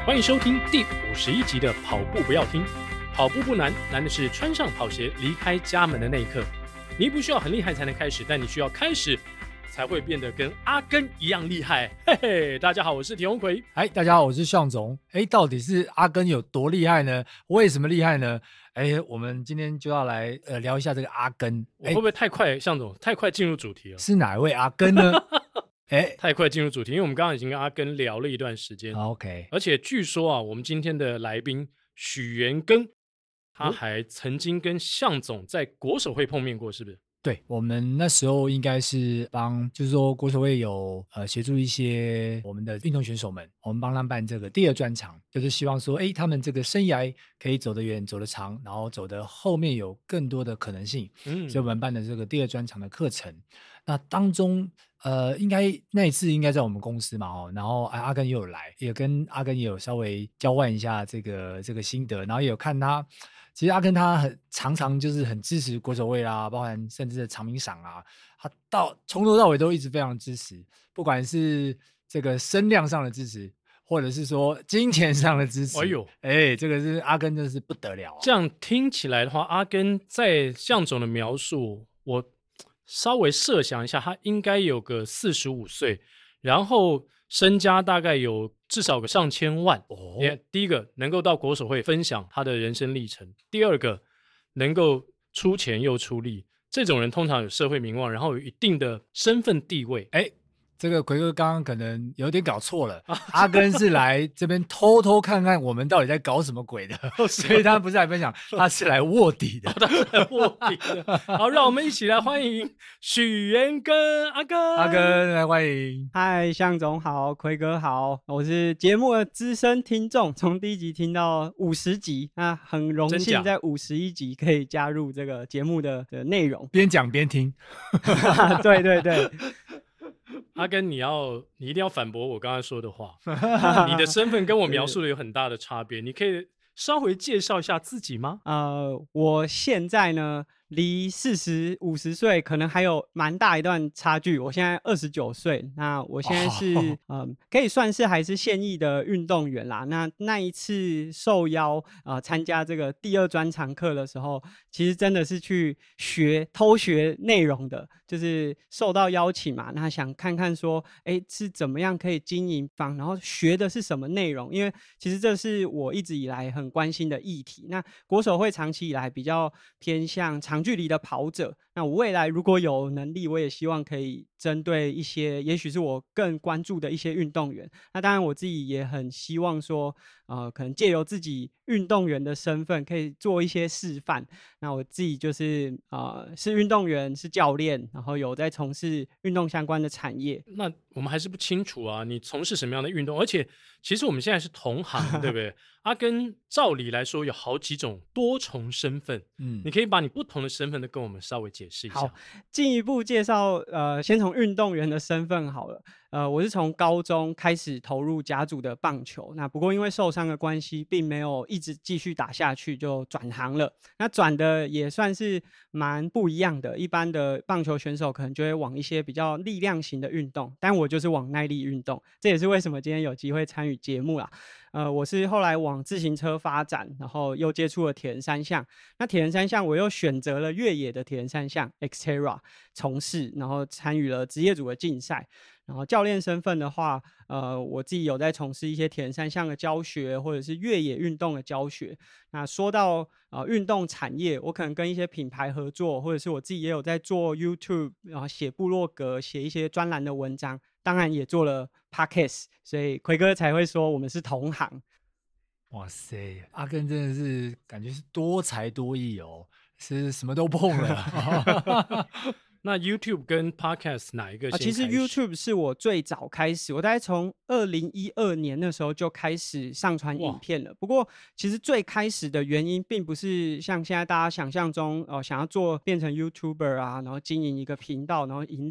欢迎收听第51集的跑步不要听。跑步不难，难的是穿上跑鞋离开家门的那一刻。你不需要很厉害才能开始，但你需要开始才会变得跟阿根一样厉害。嘿嘿，大家好，我是田鸿奎。 大家好，我是向总。到底是阿根有多厉害呢？为什么厉害呢？我们今天就要来聊一下这个阿根。 我会不会太快，向总太快进入主题了？ 是哪一位阿根呢？ 太快进入主题，因为我们刚刚已经跟阿根聊了一段时间。 OK， 而且据说啊，我们今天的来宾许元庚，他还曾经跟向总在国手会碰面过，是不是？ 对，我们那时候应该是就是说国手会有协助一些我们的运动选手们，我们帮他们办这个第二专场，就是希望说，他们这个生涯可以走得远、走得长，然后走得后面有更多的可能性。所以我们办的这个第二专场的课程，那当中应该那一次应该在我们公司嘛，然后阿根也有来，也跟阿根也有稍微交换一下这个心得，然后也有看他。其实阿根他常常就是很支持国手会啦，包含甚至长鸣赏啊，他从头到尾都一直非常支持，不管是这个声量上的支持，或者是说金钱上的支持。这个是阿根真的是不得了啊。 这样听起来的话，阿根在向总的描述，我稍微设想一下，他应该有个45岁，然后身家大概有至少个上千万。第一个能够到国手会分享他的人生历程，第二个能够出钱又出力，这种人通常有社会名望，然后有一定的身份地位。 这个奎哥刚刚可能有点搞错了，阿根是来这边偷偷看看我们到底在搞什么鬼的，所以他不是来分享，他是来卧底的。 他是来卧底的。好，让我们一起来欢迎许元庚阿根。 阿根来欢迎。 嗨，向总好，奎哥好，我是节目的资深听众，从第一集听到50集，那很荣幸在51集可以加入这个节目的内容， 边讲边听。 对对对。 阿根，你一定要反驳我刚才说的话。你的身份跟我描述的有很大的差别，你可以稍微介绍一下自己吗？ 我现在呢，离40、50岁可能还有蛮大一段差距。我现在29岁，那我现在是可以算是还是现役的运动员啦。那一次受邀参加这个第二专场课的时候，其实真的是去偷学内容的，就是受到邀请嘛，那想看看说，是怎么样可以经营房，然后学的是什么内容，因为其实这是我一直以来很关心的议题。那国手会长期以来比较偏向长距离的跑者，那我未来如果有能力，我也希望可以针对一些也许是我更关注的一些运动员。那当然我自己也很希望说可能借由自己运动员的身份可以做一些示范。那我自己就是是运动员，是教练，然后有在从事运动相关的产业。 那我们还是不清楚啊，你从事什么样的运动？而且其实我们现在是同行，对不对？阿根照理来说有好几种多重身份，你可以把你不同的身份都跟我们稍微解释一下。 好，进一步介绍，先从运动员的身份好了。我是从高中开始投入甲组的棒球，那不过因为受伤的关系，并没有一直继续打下去，就转行了。那转的也算是蛮不一样的，一般的棒球选手可能就会往一些比较力量型的运动，但我就是往耐力运动，这也是为什么今天有机会参与节目啦。我是后来往自行车发展，然后又接触了铁人三项。那铁人三项我又选择了越野的铁人三项 Xterra 从事，然后参与了职业组的竞赛。然后教练身份的话，我自己有在从事一些铁人三项的教学，或者是越野运动的教学。那说到运动产业，我可能跟一些品牌合作，或者是我自己也有在做 YouTube， 然后写部落格，写一些专栏的文章，当然也做了 Podcast， 所以奎哥才会说我们是同行。 哇塞，阿根真的是感觉是多才多艺哦，是什么都碰了。 那 YouTube 跟 Podcast 哪一个先开始？ 其实 YouTube 是我最早开始，我大概从2012年那时候就开始上传影片了。不过其实最开始的原因并不是像现在大家想象中想要变成 YouTuber 啊，然后经营一个频道，然后盈利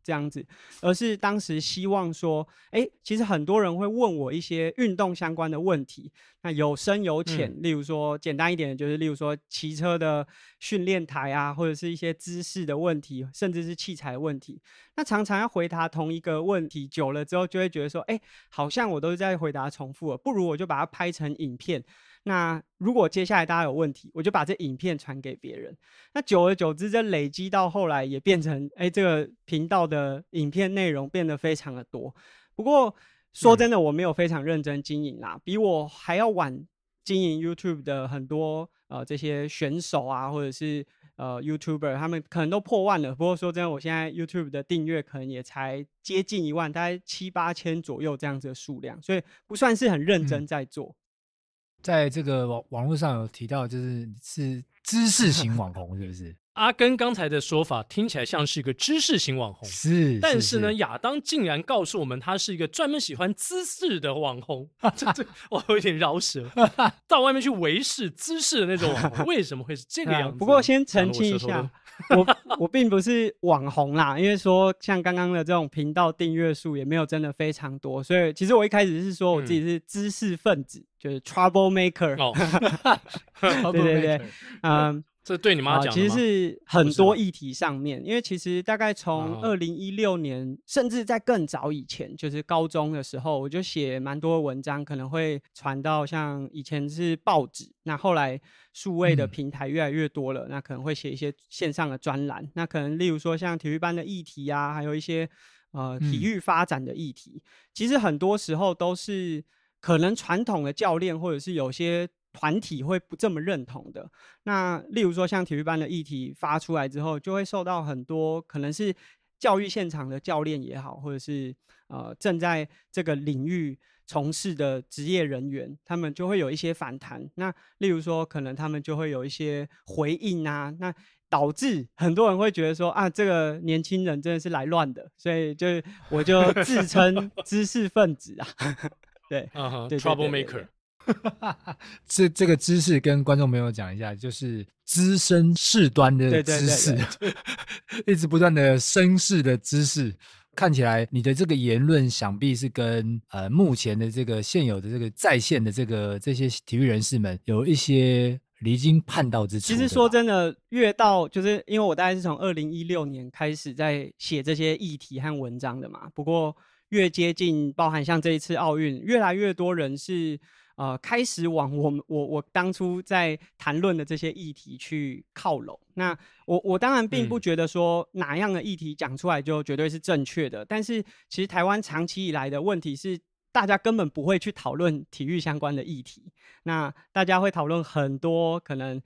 这样子，而是当时希望说，其实很多人会问我一些运动相关的问题，那有深有浅，例如说简单一点的就是例如说骑车的训练台啊，或者是一些姿势的问题，甚至是器材的问题。那常常要回答同一个问题久了之后，就会觉得说，好像我都是在回答重复了，不如我就把它拍成影片。那如果接下来大家有问题，我就把这影片传给别人。那久而久之，这累积到后来也变成，这个频道的影片内容变得非常的多。不过说真的，我没有非常认真经营啦，比我还要晚经营 YouTube 的很多这些选手啊，或者是YouTuber， 他们可能都破万了。不过说真的，我现在 YouTube 的订阅可能也才接近1万，大概7、8千左右这样子的数量，所以不算是很认真在做。 在这个网络上有提到，是知识型网红，是不是？ 阿根刚才的说法听起来像是一个知识型网红， 是， 但是呢，亚当竟然告诉我们他是一个专门喜欢姿势的网红，我有点饶舌，到外面去维视姿势的那种网红，为什么会是这个样子？ 不过先澄清一下，我并不是网红啦，因为说像刚刚的这种频道订阅数也没有真的非常多，所以其实我一开始是说我自己是知识分子，就是 trouble maker。对， 这对你妈讲的吗？ 其实是很多议题上面，因为其实大概从2016年，甚至在更早以前，就是高中的时候，我就写蛮多文章，可能会传到像以前是报纸，那后来数位的平台越来越多了，那可能会写一些线上的专栏，那可能例如说像体育班的议题啊，还有一些体育发展的议题，其实很多时候都是可能传统的教练或者是有些团体会不这么认同的。那例如说像体育班的议题发出来之后，就会受到很多可能是教育现场的教练也好，或者是正在这个领域从事的职业人员，他们就会有一些反弹。那例如说可能他们就会有一些回应啊，那导致很多人会觉得说啊，这个年轻人真的是来乱的，所以我就自称知识分子啊。对 ，trouble maker。 这个知识跟观众朋友讲一下，就是资深事端的知识，一直不断的升势的知识。看起来你的这个言论想必是跟目前的这个现有的这个在线的这些体育人士们有一些离经叛道之处。 其实说真的，越到就是因为我大概是从2016年开始在写这些议题和文章的嘛，不过越接近包含像这一次奥运，越来越多人是开始往我当初在谈论的这些议题去靠拢。那我当然并不觉得说哪样的议题讲出来就绝对是正确的，但是其实台湾长期以来的问题是，大家根本不会去讨论体育相关的议题，那大家会讨论很多可能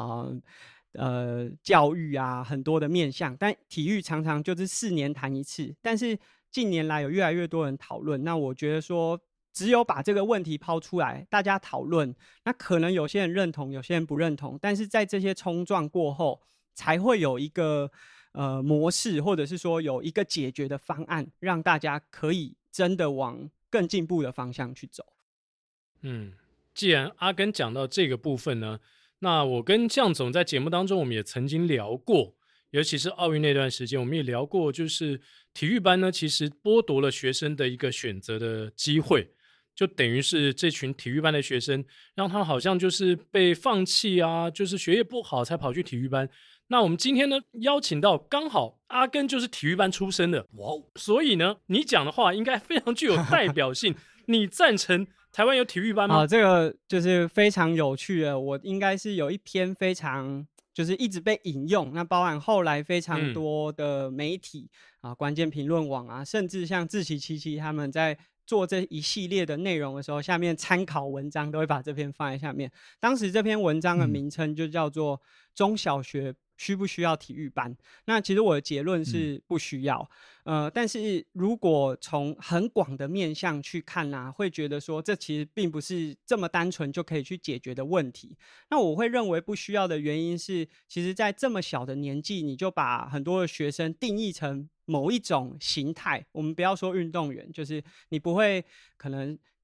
教育啊，很多的面向，但体育常常就是4年谈一次。但是近年来有越来越多人讨论，那我觉得说只有把这个问题抛出来，大家讨论，那可能有些人认同，有些人不认同，但是在这些冲撞过后，才会有一个模式，或者是说有一个解决的方案，让大家可以真的往更进步的方向去走。 既然阿根讲到这个部分呢，那我跟将总在节目当中我们也曾经聊过，尤其是奥运那段时间，我们也聊过，就是体育班呢其实剥夺了学生的一个选择的机会，就等于是这群体育班的学生让他们好像就是被放弃啊，就是学业不好才跑去体育班。那我们今天呢邀请到刚好阿根就是体育班出身的，所以呢你讲的话应该非常具有代表性。你赞成台湾有体育班吗？ 这个就是非常有趣的，我应该是有一篇非常就是一直被引用，那包含后来非常多的媒体关键评论网啊，甚至像志祺七七他们在做这一系列的内容的时候，下面参考文章都会把这篇放在下面。当时这篇文章的名称就叫做中小学需不需要体育班？那其实我的结论是不需要。但是如果从很广的面向去看啊，会觉得说这其实并不是这么单纯就可以去解决的问题。那我会认为不需要的原因是，其实在这么小的年纪，你就把很多的学生定义成某一种形态。我们不要说运动员，就是你不会可能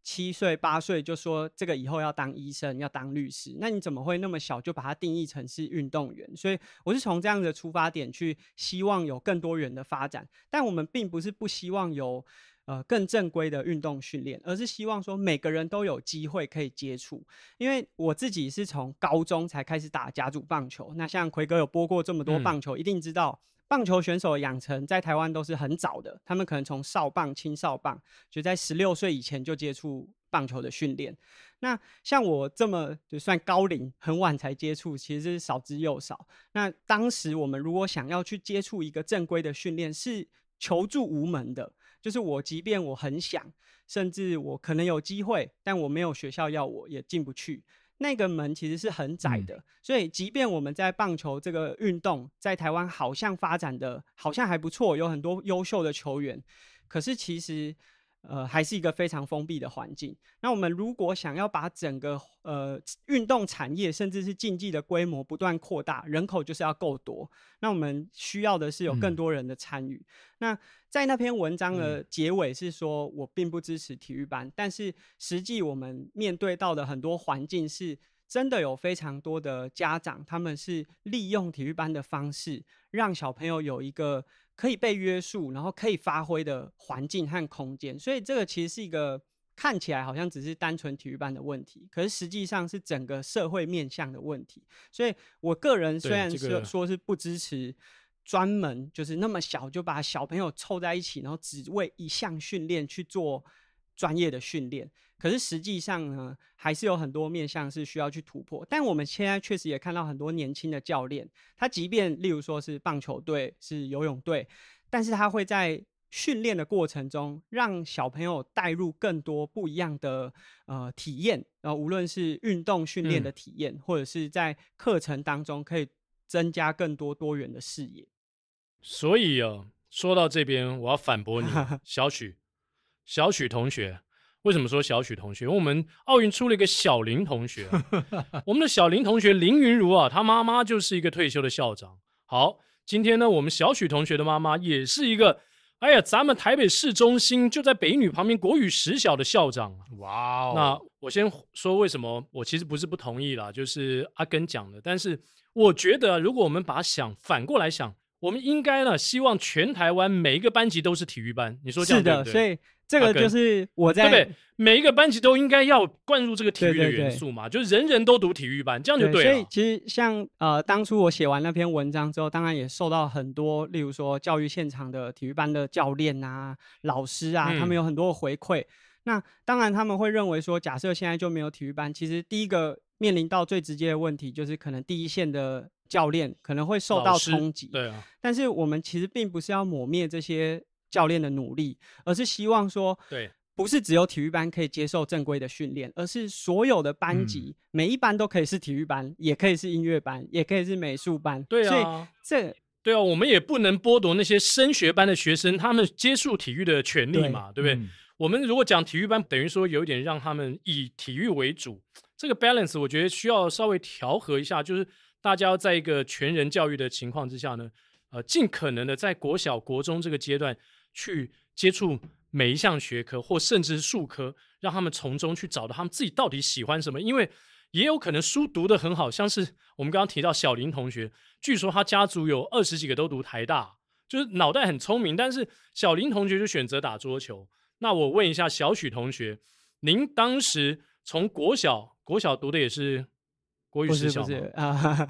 7岁8岁就说这个以后要当医生要当律师，那你怎么会那么小就把它定义成是运动员？所以我是从这样的出发点去希望有更多元的发展，但我们并不是不希望有更正规的运动训练，而是希望说每个人都有机会可以接触。因为我自己是从高中才开始打甲组棒球，那像奎哥有播过这么多棒球，一定知道棒球选手的养成在台湾都是很早的，他们可能从少棒、青少棒就在16岁以前就接触棒球的训练。那像我这么就算高龄很晚才接触，其实是少之又少。那当时我们如果想要去接触一个正规的训练，是求助无门的，就是我即便我很想，甚至我可能有机会，但我没有学校要我也进不去，那个门其实是很窄的。所以即便我们在棒球这个运动在台湾好像发展的好像还不错，有很多优秀的球员，可是其实还是一个非常封闭的环境。那我们如果想要把整个运动产业甚至是竞技的规模不断扩大，人口就是要够多，那我们需要的是有更多人的参与。那在那篇文章的结尾是说我并不支持体育班，但是实际我们面对到的很多环境是真的有非常多的家长，他们是利用体育班的方式让小朋友有一个可以被约束然后可以发挥的环境和空间。所以这个其实是一个看起来好像只是单纯体育班的问题，可是实际上是整个社会面向的问题。所以我个人虽然说是不支持专门就是那么小就把小朋友凑在一起，然后只为一项训练去做专业的训练，可是实际上呢，还是有很多面向是需要去突破。但我们现在确实也看到很多年轻的教练，他即便例如说是棒球队、是游泳队，但是他会在训练的过程中让小朋友带入更多不一样的体验，无论是运动训练的体验，或者是在课程当中可以增加更多多元的视野。 所以说到这边我要反驳你小许同学。为什么说小许同学？因为我们奥运出了一个小林同学我们的小林同学林云如啊，他妈妈就是一个退休的校长。好，今天呢我们小许同学的妈妈也是一个咱们台北市中心就在北女旁边国语实小的校长。 哇哦！ 那我先说为什么我其实不是不同意啦，就是阿根讲的，但是我觉得如果我们把它反过来想，我们应该呢希望全台湾每一个班级都是体育班，你说这样对不对？ 是的，所以这个就是我在对不对？每一个班级都应该要灌入这个体育的元素嘛，就是人人都读体育班，这样就对了。 所以其实像当初我写完那篇文章之后，当然也受到很多，例如说教育现场的体育班的教练啊、老师啊，他们有很多的回馈。那当然他们会认为说，假设现在就没有体育班，其实第一个面临到最直接的问题就是可能第一线的教练可能会受到冲击。 对啊， 但是我们其实并不是要抹灭这些教练的努力，而是希望说， 对， 不是只有体育班可以接受正规的训练，而是所有的班级，每一班都可以是体育班，也可以是音乐班，也可以是美术班。 对啊， 所以对啊，我们也不能剥夺那些升学班的学生他们接触体育的权利嘛， 对不对？我们如果讲体育班，等于说有一点让他们以体育为主，这个 balance 我觉得需要稍微调和一下，就是大家要在一个全人教育的情况之下呢，尽可能的在国小国中这个阶段去接触每一项学科，或甚至是数科，让他们从中去找到他们自己到底喜欢什么。因为也有可能书读得很好，像是我们刚刚提到小林同学，据说他家族有20几个都读台大，就是脑袋很聪明，但是小林同学就选择打桌球。那我问一下小许同学，您当时从国小读的也是国语实小吗？ 不是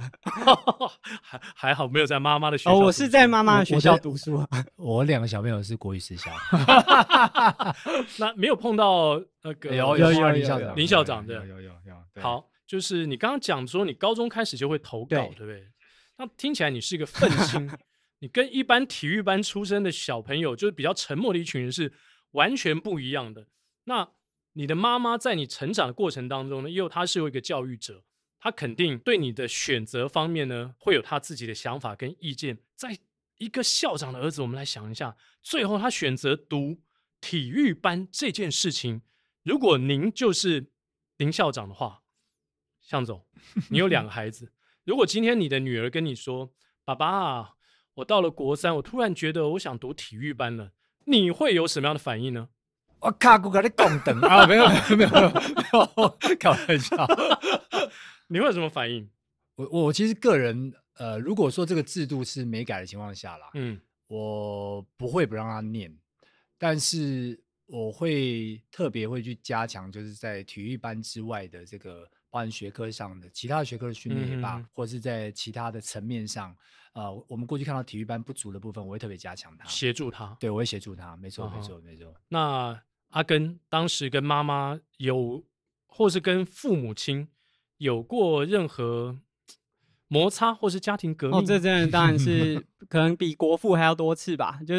还好没有在妈妈的学校。 我是在妈妈的学校读书。 我2个小朋友是国语实小。 那没有碰到那个有林校长的有。 好，就是你刚刚讲说你高中开始就会投稿，对不对？那听起来你是一个愤青，你跟一般体育班出身的小朋友，就是比较沉默的一群人是完全不一样的。那你的妈妈在你成长的过程当中呢，因为她是有一个教育者，她肯定对你的选择方面呢，会有她自己的想法跟意见。在一个校长的儿子，我们来想一下，最后他选择读体育班这件事情，如果您就是林校长的话，向总，你有2个孩子，如果今天你的女儿跟你说，爸爸啊，我到了国3，我突然觉得我想读体育班了，你会有什么样的反应呢？ 我卡古跟你共等啊，没有，开玩笑。 你会有什么反应？ 我其实个人如果说这个制度是没改的情况下啦，我不会不让他念，但是我会特别会去加强，就是在体育班之外的这个包含学科上的其他的学科的训练也罢，或者是在其他的层面上，我们过去看到体育班不足的部分，我会特别加强他， 协助他。 对，我会协助他，没错，没错，没错。 那阿根当时跟妈妈或是跟父母亲有过任何摩擦，或是家庭革命？ 这真的当然是可能比国父还要多次吧，就是。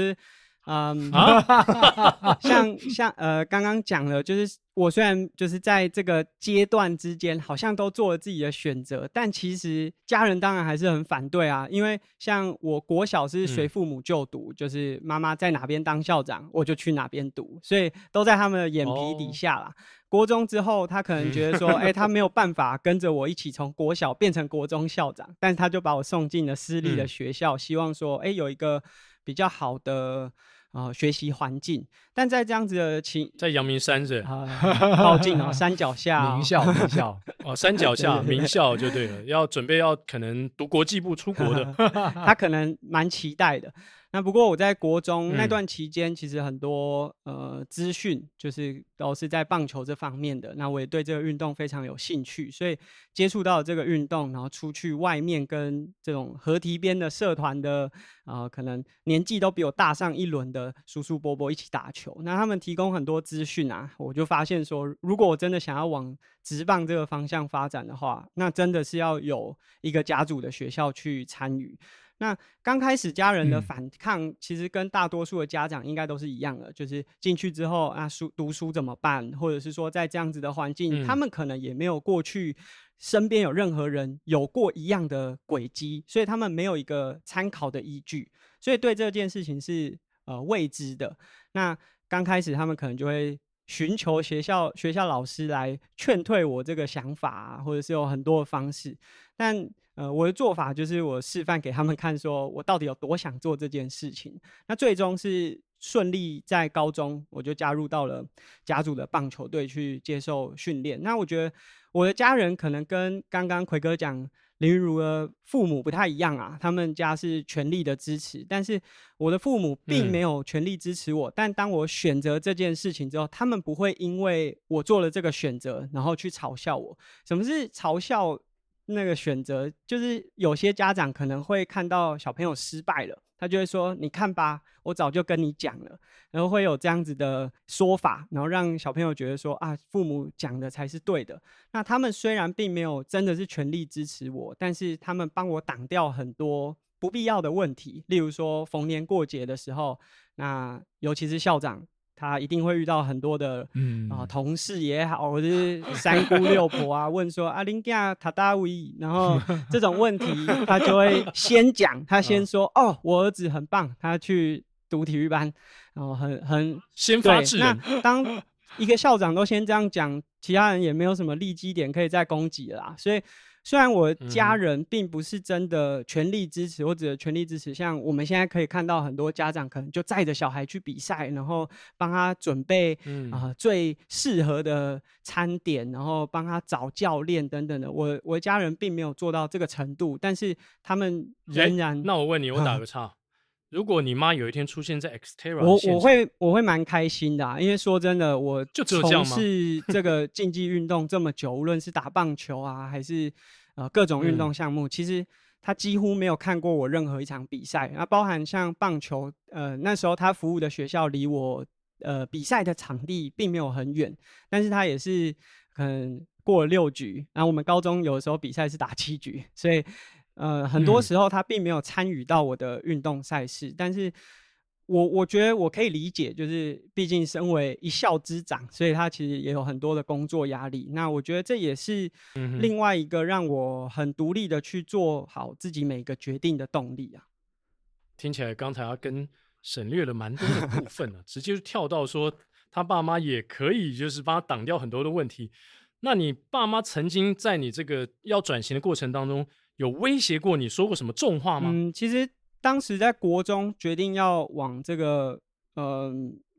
像刚刚讲了，就是我虽然就是在这个阶段之间好像都做了自己的选择，但其实家人当然还是很反对啊。因为像我国小是随父母就读，就是妈妈在哪边当校长，我就去哪边读，所以都在他们的眼皮底下啦。国中之后，他可能觉得说，他没有办法跟着我一起从国小变成国中校长，但是他就把我送进了私立的学校，希望说，有一个比较好的学习环境。但在这样子的在阳明山是靠近山脚下名校山脚下名校就对了，要准备要可能读国际部出国的， 他可能蛮期待的。那不过我在国中那段期间，其实很多资讯就是都是在棒球这方面的。那我也对这个运动非常有兴趣，所以接触到这个运动，然后出去外面跟这种河堤边的社团的可能年纪都比我大上一轮的叔叔伯伯一起打球。那他们提供很多资讯啊，我就发现说，如果我真的想要往职棒这个方向发展的话，那真的是要有一个甲组的学校去参与。那刚开始家人的反抗，其实跟大多数的家长应该都是一样的，就是进去之后读书怎么办，或者是说在这样子的环境，他们可能也没有过去身边有任何人有过一样的轨迹，所以他们没有一个参考的依据，所以对这件事情是未知的。那刚开始他们可能就会寻求学校老师来劝退我这个想法或者是有很多的方式，但我的做法就是我示范给他们看，说我到底有多想做这件事情。那最终是顺利在高中我就加入到了甲组的棒球队去接受训练。那我觉得我的家人可能跟刚刚奎哥讲林云如的父母不太一样啊，他们家是全力的支持，但是我的父母并没有全力支持我。但当我选择这件事情之后，他们不会因为我做了这个选择然后去嘲笑我。什么是嘲笑那个选择？就是有些家长可能会看到小朋友失败了，他就会说你看吧，我早就跟你讲了，然后会有这样子的说法，然后让小朋友觉得说父母讲的才是对的。那他们虽然并没有真的是全力支持我，但是他们帮我挡掉很多不必要的问题。例如说逢年过节的时候，那尤其是校长他一定会遇到很多的同事也好，或者是三姑六婆啊，问说恁囝读哪位，然后这种问题他就会先讲，他先说我儿子很棒，他去读体育班，然后很先发制人。 那当一个校长都先这样讲，其他人也没有什么立基点可以再攻击了啦。所以虽然我家人并不是真的全力支持或者全力支持，像我们现在可以看到很多家长可能就载着小孩去比赛，然后帮他准备最适合的餐点，然后帮他找教练等等的。我的家人并没有做到这个程度，但是他们仍然那我问你，我打个岔，如果你妈有一天出现在 Xterra 我会蛮开心的因为说真的，我就只有这样吗？ 从事这个竞技运动这么久，无论是打棒球啊，还是各种运动项目，其实他几乎没有看过我任何一场比赛。包含像棒球，那时候他服务的学校离我比赛的场地并没有很远，但是他也是可能过了6局，然后我们高中有的时候比赛是打7局，所以很多时候他并没有参与到我的运动赛事。但是我觉得我可以理解，就是毕竟身为一校之长，所以他其实也有很多的工作压力。那我觉得这也是另外一个让我很独立的去做好自己每个决定的动力啊。 听起来刚才他跟省略了蛮多的部分直接就跳到说他爸妈也可以就是帮他挡掉很多的问题。那你爸妈曾经在你这个要转型的过程当中有威胁过你，说过什么重话吗？ 其实当时在国中决定要往这个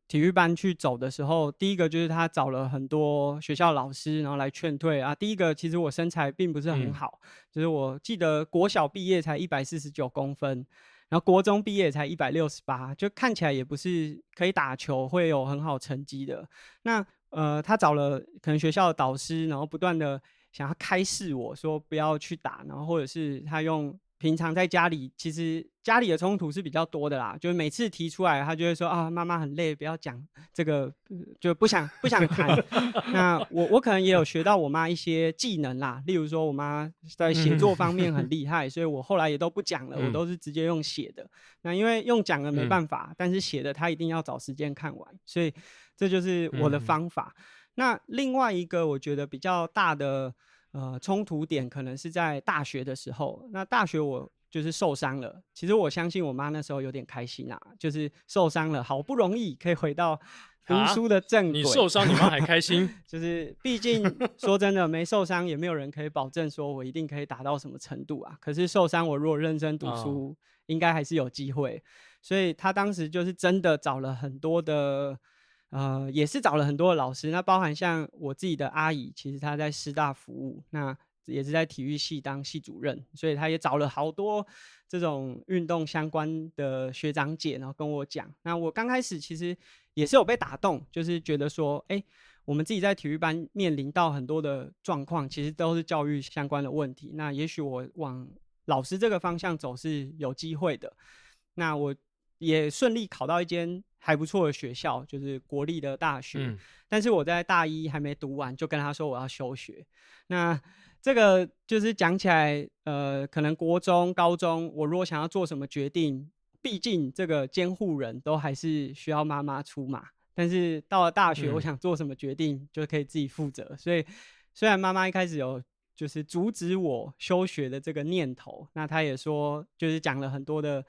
体育班去走的时候，第一个就是他找了很多学校老师，然后来劝退啊。第一个，其实我身材并不是很好，就是我记得国小毕业才149公分，然后国中毕业才168，就看起来也不是可以打球会有很好成绩的。那他找了可能学校的导师，然后不断的想要开示我说不要去打，然后或者是他用平常在家里，其实家里的冲突是比较多的啦，就是每次提出来，他就会说啊，妈妈很累，不要讲这个，就不想谈。那我可能也有学到我妈一些技能啦，例如说我妈在写作方面很厉害，所以我后来也都不讲了，我都是直接用写的。那因为用讲了没办法，但是写的他一定要找时间看完，所以这就是我的方法。那另外一个我觉得比较大的冲突点可能是在大学的时候。那大学我就是受伤了，其实我相信我妈那时候有点开心啊，就是受伤了，好不容易可以回到读书的正轨。 你受伤，你妈还开心？ 就是毕竟说真的，没受伤也没有人可以保证说我一定可以达到什么程度啊。可是受伤，我如果认真读书，应该还是有机会。所以他当时就是真的找了很多的。也是找了很多的老师，那包含像我自己的阿姨，其实她在师大服务，那也是在体育系当系主任，所以她也找了好多这种运动相关的学长姐，然后跟我讲。那我刚开始其实也是有被打动，就是觉得说，我们自己在体育班面临到很多的状况，其实都是教育相关的问题。那也许我往老师这个方向走是有机会的。那我也顺利考到一间还不错的学校，就是国立的大学。但是我在大一还没读完，就跟他说我要休学。那这个就是讲起来，可能国中、高中，我如果想要做什么决定，毕竟这个监护人都还是需要妈妈出马。但是到了大学，我想做什么决定就可以自己负责。所以虽然妈妈一开始有就是阻止我休学的这个念头，那她也说就是讲了很多的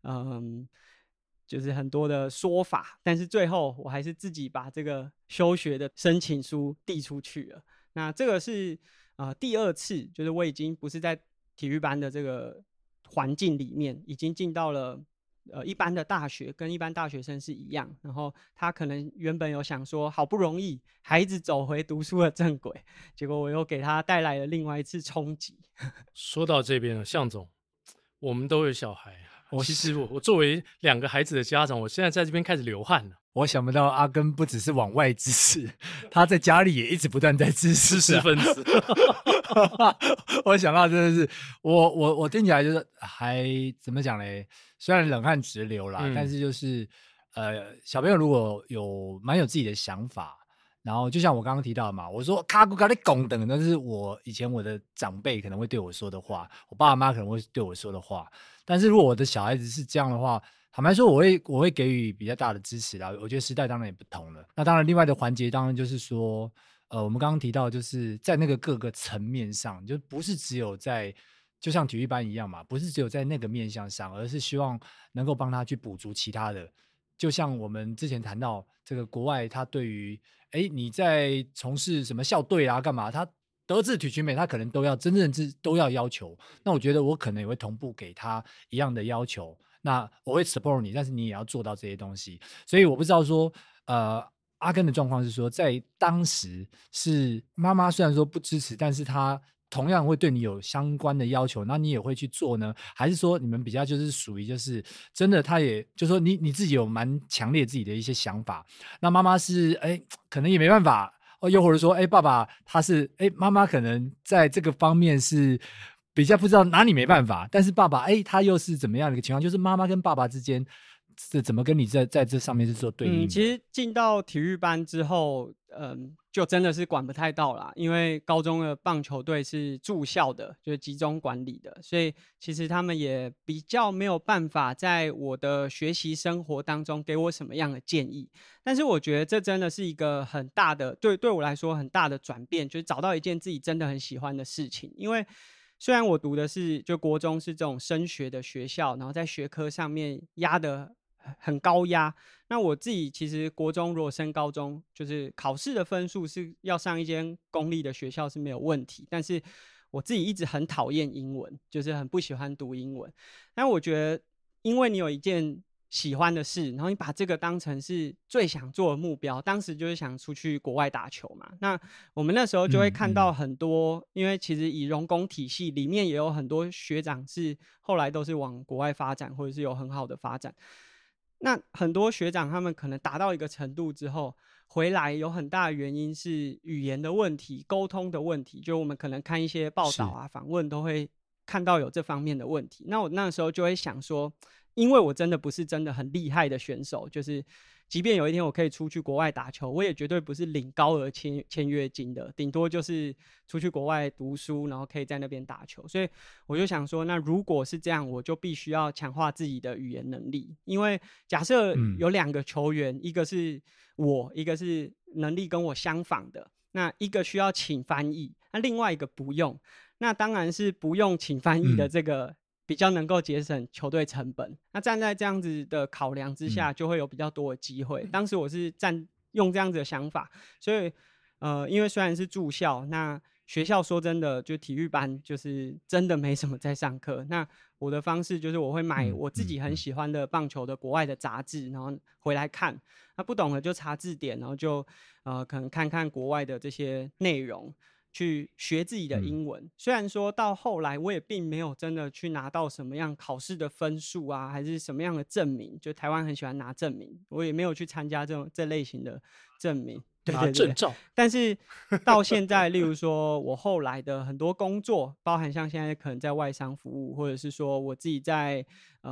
就是很多的说法，但是最后我还是自己把这个休学的申请书递出去了。那这个是第二次，就是我已经不是在体育班的这个环境里面，已经进到了一般的大学，跟一般大学生是一样。然后他可能原本有想说，好不容易孩子走回读书的正轨，结果我又给他带来了另外一次冲击。 说到这边了，向总，我们都有小孩。其实我作为2个孩子的家长，我现在在这边开始流汗了。 我想不到阿根不只是往外支持，他在家里也一直不断在支持知识分子。 我想到真的是我听起来就是还怎么讲嘞？虽然冷汗直流啦，但是就是小朋友如果蛮有自己的想法。然后就像我刚刚提到的嘛，我说卡古卡的拱等，那是我以前我的长辈可能会对我说的话，我爸妈可能会对我说的话。但是如果我的小孩子是这样的话，坦白说我会给予比较大的支持啦。我觉得时代当然也不同了。那当然另外的环节当然就是说，我们刚刚提到就是在那个各个层面上，就不是只有在就像体育班一样嘛，不是只有在那个面向上，而是希望能够帮他去补足其他的。就像我们之前谈到这个国外，他对于你在从事什么校队啊干嘛，他德智体群美他可能都要真正都要要求。那我觉得我可能也会同步给他一样的要求，那我会 support 你，但是你也要做到这些东西。所以我不知道说阿根的状况是说在当时是妈妈虽然说不支持，但是他同样会对你有相关的要求，那你也会去做呢？还是说你们比较就是属于就是真的，他也就是说你自己有蛮强烈自己的一些想法，那妈妈是可能也没办法，又或者说爸爸他是妈妈可能在这个方面是比较不知道哪里没办法，但是爸爸他又是怎么样的一个情况？就是妈妈跟爸爸之间是怎么跟你在这上面是做对应的？ 其实进到体育班之后，就真的是管不太到啦，因为高中的棒球队是住校的，就是集中管理的，所以其实他们也比较没有办法在我的学习生活当中给我什么样的建议。但是我觉得这真的是一个很大的，对我来说很大的转变，就是找到一件自己真的很喜欢的事情。因为虽然我读的是就国中是这种升学的学校，然后在学科上面压的很高压，那我自己其实国中如果升高中，就是考试的分数是要上一间公立的学校是没有问题，但是我自己一直很讨厌英文，就是很不喜欢读英文。但我觉得因为你有一件喜欢的事，然后你把这个当成是最想做的目标，当时就是想出去国外打球嘛。那我们那时候就会看到很多，因为其实以荣工体系里面也有很多学长是后来都是往国外发展，或者是有很好的发展。那很多学长他们可能达到一个程度之后回来，有很大的原因是语言的问题、沟通的问题，就我们可能看一些报道啊、访问都会看到有这方面的问题。那我那时候就会想说，因为我真的不是真的很厉害的选手，就是即便有一天我可以出去国外打球，我也绝对不是领高额签约金的，顶多就是出去国外读书，然后可以在那边打球。所以我就想说，那如果是这样，我就必须要强化自己的语言能力。因为假设有2个球员，一个是我，一个是能力跟我相仿的，那一个需要请翻译，那另外一个不用，那当然是不用请翻译的这个比较能够节省球队成本。那站在这样子的考量之下，就会有比较多的机会。当时我是用这样子的想法，所以因为虽然是住校，那学校说真的，就体育班就是真的没什么在上课。那我的方式就是我会买我自己很喜欢的棒球的国外的杂志，然后回来看。那不懂的就查字典，然后就可能看看国外的这些内容，去学自己的英文。虽然说到后来我也并没有真的去拿到什么样考试的分数啊，还是什么样的证明，就台湾很喜欢拿证明，我也没有去参加这类型的证明，对对对， 拿证照。但是到现在例如说我后来的很多工作，包含像现在可能在外商服务，或者是说我自己在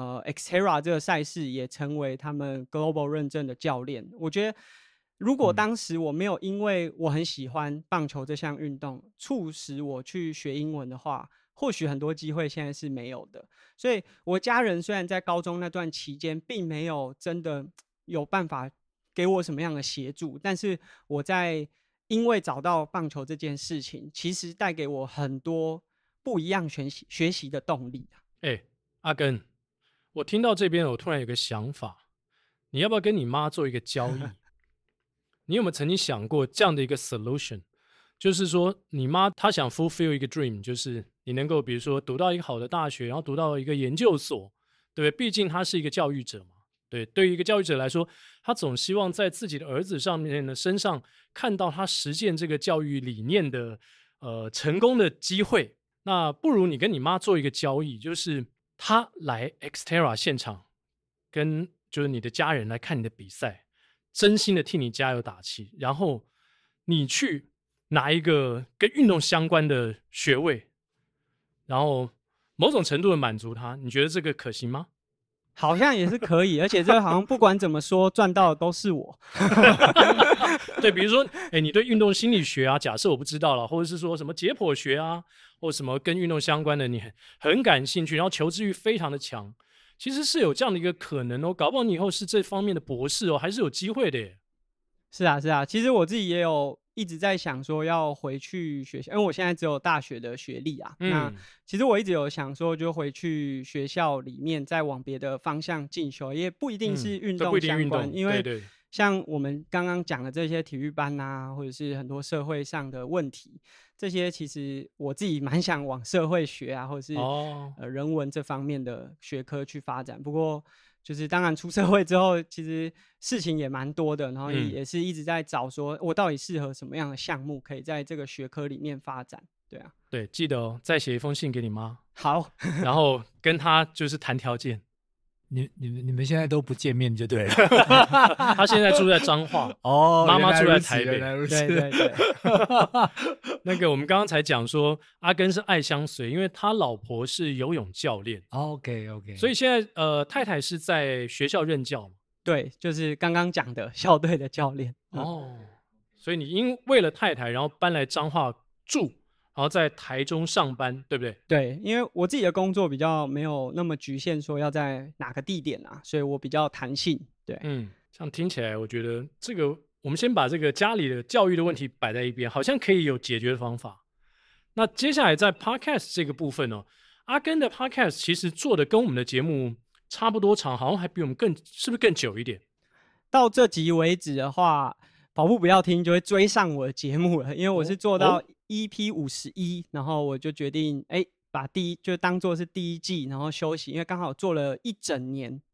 Xterra 这个赛事也成为他们 Global 认证的教练。我觉得如果当时我没有因为我很喜欢棒球这项运动促使我去学英文的话，或许很多机会现在是没有的。所以我家人虽然在高中那段期间并没有真的有办法给我什么样的协助，但是我在因为找到棒球这件事情，其实带给我很多不一样学习的动力。 阿根，我听到这边我突然有个想法，你要不要跟你妈做一个交易？你有没有曾经想过这样的一个 solution， 就是说你妈她想 fulfill 一个 dream， 就是你能够比如说读到一个好的大学，然后读到一个研究所，对不对？毕竟她是一个教育者嘛，对于一个教育者来说，他总希望在自己的儿子上面的身上看到他实践这个教育理念的成功的机会。那不如你跟你妈做一个交易，就是她来 Xterra 现场跟就是你的家人来看你的比赛，真心的替你加油打气，然后你去拿一个跟运动相关的学位，然后某种程度的满足他，你觉得这个可行吗？ 好像也是可以，而且这好像不管怎么说赚到的都是我。 对，比如说你对运动心理学啊，假设我不知道了，或者是说什么解剖学啊，或什么跟运动相关的你很感兴趣，然后求知欲非常的强，其实是有这样的一个可能哦，搞不好你以后是这方面的博士哦，还是有机会的耶。 是啊是啊，其实我自己也有一直在想说要回去学校，因为我现在只有大学的学历啊。那其实我一直有想说就回去学校里面再往别的方向进修，也不一定是运动相关，因为像我们刚刚讲的这些体育班啊，或者是很多社会上的问题，这些其实我自己蛮想往社会学啊，或者是人文这方面的学科去发展。不过就是当然出社会之后，其实事情也蛮多的，然后也是一直在找说我到底适合什么样的项目可以在这个学科里面发展。对啊， 对，记得哦，再写一封信给你妈。 好， 然后跟她就是谈条件。 你们现在都不见面就对了。 他现在住在彰化，妈妈住在台北。 对。 那个我们刚刚才讲说，阿根是爱相随，因为他老婆是游泳教练。 OK， 所以现在太太是在学校任教嘛？ 对，就是刚刚讲的校队的教练。 所以你为了太太，然后搬来彰化住。然后在台中上班，对不对？ 对，因为我自己的工作比较没有那么局限，说要在哪个地点啊，所以我比较弹性。对， 这样听起来，我觉得这个我们先把这个家里的教育的问题摆在一边，好像可以有解决的方法。那接下来在 Podcast 这个部分哦，阿根的 Podcast 其实做的跟我们的节目差不多长，好像还比我们是不是更久一点？ 到这集为止的话，跑步不要听就会追上我的节目了，因为我是做到EP 51，然后我就决定把就当作是第一季，然后休息，因为刚好做了1整年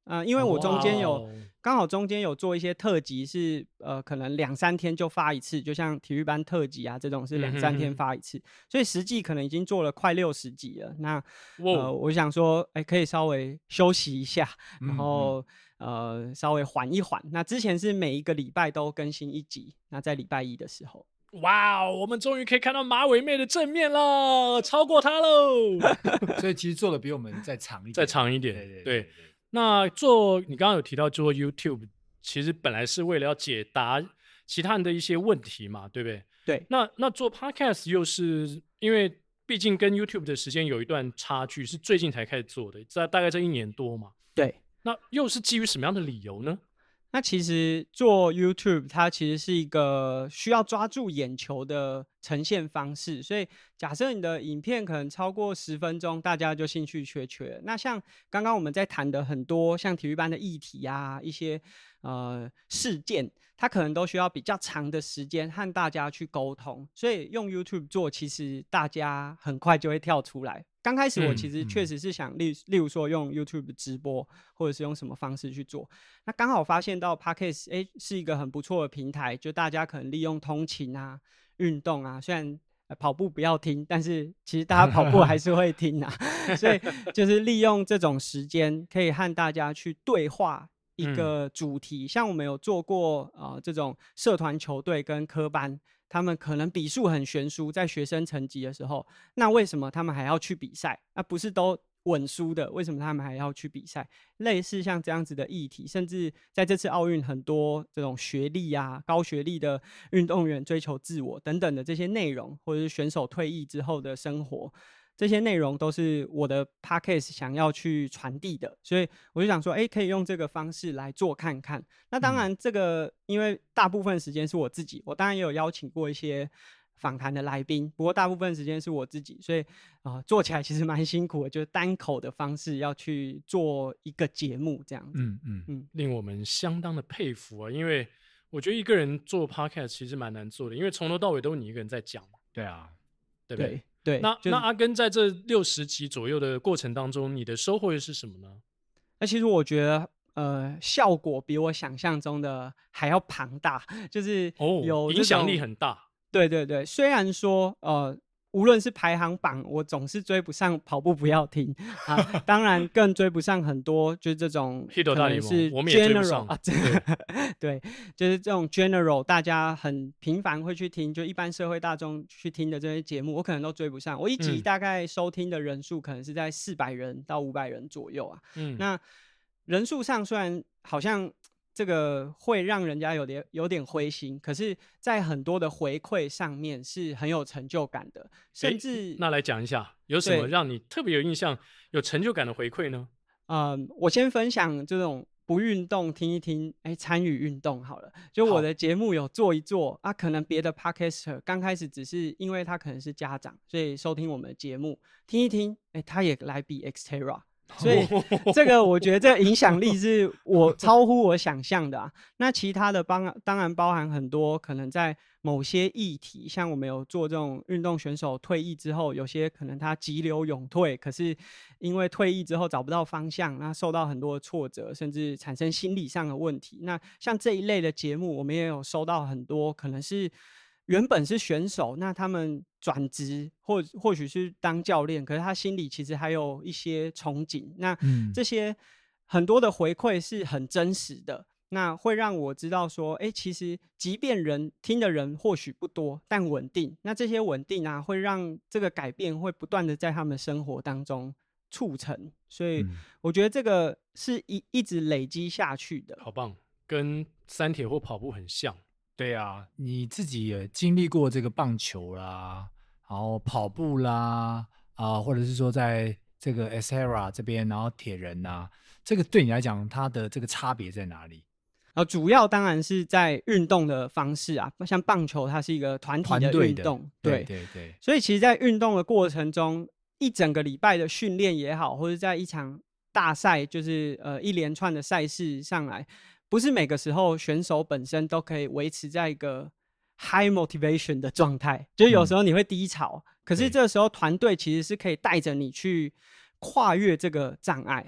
因为我中间有哇哦刚好中间有做一些特辑是可能2-3天就发一次，就像体育班特辑啊这种是2-3天发一次，所以实际可能已经做了快60集了。那我想说，可以稍微休息一下，然后稍微缓一缓。那之前是每一个礼拜都更新1集，那在礼拜一的时候。 哇，我们终于可以看到马尾妹的正面了，超过她喽！ 所以其实做的比我们再长一点， 再长一点。 对对，那你刚刚有提到做 YouTube， 其实本来是为了要解答其他人的一些问题嘛，对不对？ 对。 那做 Podcast 又是因为毕竟跟 YouTube 的时间有一段差距，是最近才开始做的，大概这1年多嘛。 对。 那又是基于什么样的理由呢？ 那其实做 YouTube 它其实是一个需要抓住眼球的呈现方式，所以假设你的影片可能超过10分钟，大家就兴趣缺缺了。那像刚刚我们在谈的很多像体育班的议题啊，一些事件，它可能都需要比较长的时间和大家去沟通，所以用 YouTube 做，其实大家很快就会跳出来。刚开始我其实确实是想例如说用 YouTube 直播，或者是用什么方式去做。那刚好发现到 Podcast 是一个很不错的平台，就大家可能利用通勤啊、运动啊，虽然跑步不要听，但是其实大家跑步还是会听啊，所以就是利用这种时间，可以和大家去对话一个主题。像我们有做过这种社团球队跟科班，他们可能比数很悬殊，在学生层级的时候，那为什么他们还要去比赛？不是都稳输的，为什么他们还要去比赛？类似像这样子的议题，甚至在这次奥运很多这种学历啊、高学历的运动员追求自我等等的这些内容，或者是选手退役之后的生活，这些内容都是我的 podcast 想要去传递的，所以我就想说，可以用这个方式来做看看。那当然，这个因为大部分时间是我自己，我当然也有邀请过一些访谈的来宾，不过大部分时间是我自己，所以做起来其实蛮辛苦的，就是单口的方式要去做一个节目这样子。 令我们相当的佩服啊，因为我觉得一个人做 podcast 其实蛮难做的，因为从头到尾都是你一个人在讲嘛。 对啊， 对不对？ 对， 那阿根在这60集左右的过程当中，你的收获又是什么呢？ 那其实我觉得效果比我想象中的还要庞大，就是有影响力很大。 对，虽然说无论是排行榜，我总是追不上跑步不要停啊，当然更追不上很多就是这种可能是 general 啊，对，就是这种 general 大家很频繁会去听，就一般社会大众去听的这些节目，我可能都追不上。我一集大概收听的人数可能是在400人到500人左右啊。那人数上虽然好像这个会让人家有点灰心，可是在很多的回馈上面是很有成就感的，甚至那来讲一下有什么让你特别有印象、有成就感的回馈呢？ 我先分享这种不运动听一听，参与运动好了。就我的节目有做一做啊，可能别的 podcaster 刚开始只是因为他可能是家长，所以收听我们的节目听一听，他也来比 Xterra。所以这个我觉得这个影响力是我超乎我想象的啊。那其他的当然包含很多可能在某些议题，像我们有做这种运动选手退役之后，有些可能他急流勇退，可是因为退役之后找不到方向，那受到很多的挫折，甚至产生心理上的问题。那像这一类的节目，我们也有收到很多可能是原本是选手，那他们转职或许是当教练，可是他心里其实还有一些憧憬。那这些很多的回馈是很真实的，那会让我知道说，其实即便听的人或许不多，但稳定。那这些稳定啊，会让这个改变会不断的在他们生活当中促成。所以我觉得这个是一直累积下去的。 好棒，跟三铁或跑步很像。 对啊，你自己也经历过这个棒球啦，然后跑步啦，或者是说在这个 Xterra 这边，然后铁人啊，这个对你来讲，它的这个差别在哪里？ 主要当然是在运动的方式啊，像棒球它是一个团体的运动， 对， 所以其实在运动的过程中，一整个礼拜的训练也好，或者在一场大赛，就是一连串的赛事上来，不是每个时候选手本身都可以维持在一个 high motivation 的状态，就是有时候你会低潮，可是这时候团队其实是可以带着你去跨越这个障碍。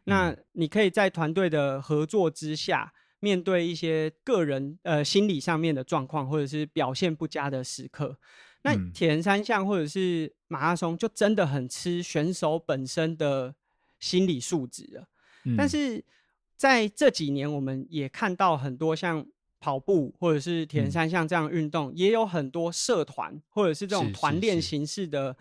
那你可以在团队的合作之下，面对一些个人心理上面的状况，或者是表现不佳的时刻。那铁人三项或者是马拉松就真的很吃选手本身的心理素质了。但是在这几年我们也看到很多像跑步或者是铁人三项这样的运动，也有很多社团或者是这种团练形式的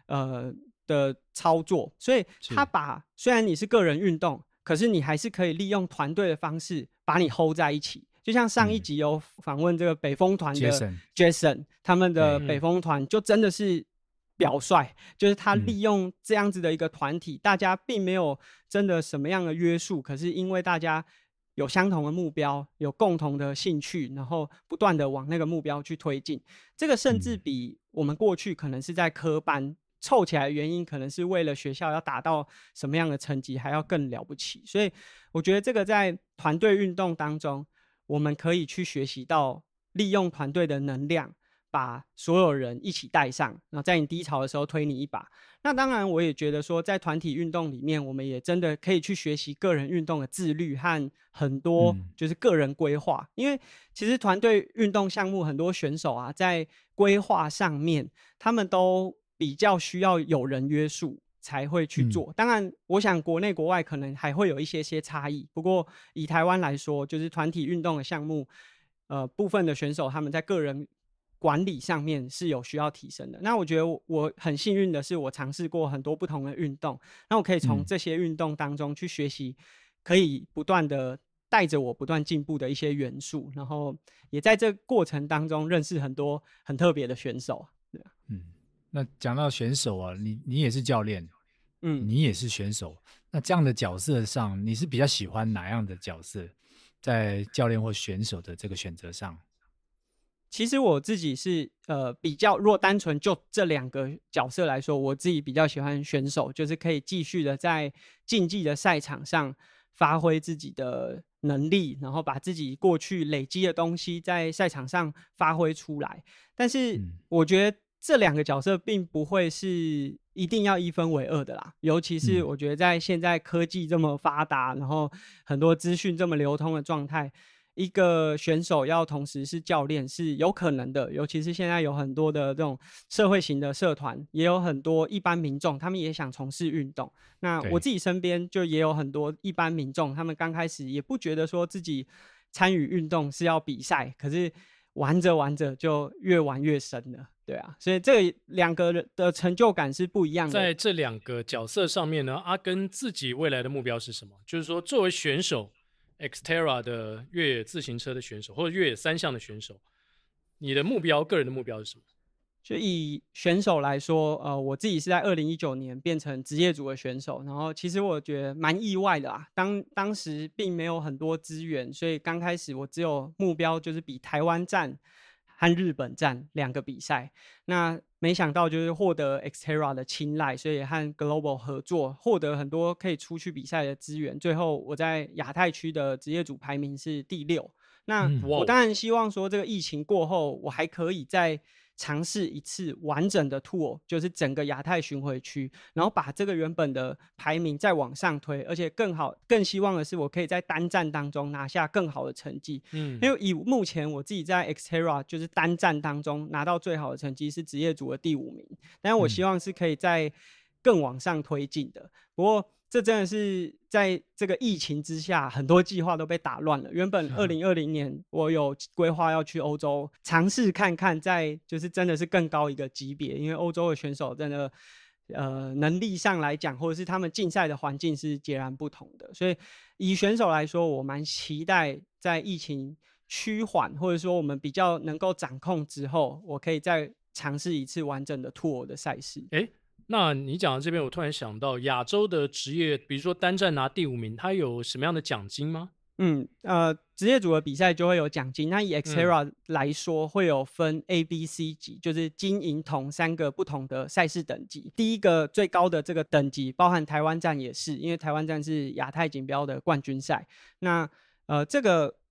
操作，所以他虽然你是个人运动，可是你还是可以利用团队的方式把你 hold 在一起。就像上一集有访问这个北风团的 Jason， 他们的北风团就真的是表率，就是他利用这样子的一个团体，大家并没有真的什么样的约束，可是因为大家有相同的目标，有共同的兴趣，然后不断的往那个目标去推进。这个甚至比我们过去可能是在科班凑起来的原因，可能是为了学校要达到什么样的成绩还要更了不起。所以我觉得这个在团队运动当中，我们可以去学习到利用团队的能量，把所有人一起带上，然后在你低潮的时候推你一把。那当然我也觉得说在团体运动里面，我们也真的可以去学习个人运动的自律和很多就是个人规划。因为其实团队运动项目很多选手啊，在规划上面他们都比较需要有人约束才会去做。当然我想国内国外可能还会有一些差异，不过以台湾来说，就是团体运动的项目部分的选手他们在个人管理上面是有需要提升的。那我觉得我很幸运的是，我尝试过很多不同的运动，那我可以从这些运动当中去学习，可以不断的带着我不断进步的一些元素，然后也在这过程当中认识很多很特别的选手。 那讲到选手啊，你也是教练，你也是选手，那这样的角色上，你是比较喜欢哪样的角色，在教练或选手的这个选择上？ 其实我自己是比较，如果单纯就这两个角色来说，我自己比较喜欢选手，就是可以继续的在竞技的赛场上发挥自己的能力，然后把自己过去累积的东西在赛场上发挥出来。但是我觉得这两个角色并不会是一定要一分为二的啦，尤其是我觉得在现在科技这么发达，然后很多资讯这么流通的状态，一个选手要同时是教练是有可能的。尤其是现在有很多的这种社会型的社团，也有很多一般民众他们也想从事运动。那我自己身边就也有很多一般民众，他们刚开始也不觉得说自己参与运动是要比赛，可是玩着玩着就越玩越深了。对啊，所以这两个的成就感是不一样的。 在这两个角色上面呢，阿耕自己未来的目标是什么？就是说作为选手，Xterra 的越野自行车的选手，或者越野三项的选手，你的目标，个人的目标是什么？ 就以选手来说，我自己是在2019年变成职业组的选手，然后其实我觉得蛮意外的啊。当时并没有很多资源，所以刚开始我只有目标就是比台湾站和日本站两个比赛。那没想到就是获得 Xterra 的青睐，所以和 Global 合作，获得很多可以出去比赛的资源。最后我在亚太区的职业组排名是第6。那我当然希望说这个疫情过后，我还可以再尝试一次完整的 tour， 就是整个亚太巡回区，然后把这个原本的排名再往上推，而且更希望的是我可以在单站当中拿下更好的成绩。因为以目前我自己在 Xterra 就是单站当中拿到最好的成绩是职业组的第5名，但我希望是可以在更往上推进的。不过这真的是在这个疫情之下，很多计划都被打乱了。原本2020年我有规划要去欧洲尝试看看，在就是真的是更高一个级别，因为欧洲的选手真的能力上来讲，或者是他们竞赛的环境是截然不同的。所以以选手来说，我蛮期待在疫情趋缓，或者说我们比较能够掌控之后，我可以再尝试一次完整的 tour 的赛事。 那你讲到这边，我突然想到亚洲的职业，比如说单站拿第5名，它有什么样的奖金吗？ 职业组的比赛就会有奖金。那以 Xterra 来说，会有分 A、B、C 级，就是金、银、铜3个不同的赛事等级。第一个最高的这个等级，包含台湾站也是，因为台湾站是亚太锦标的冠军赛。那这个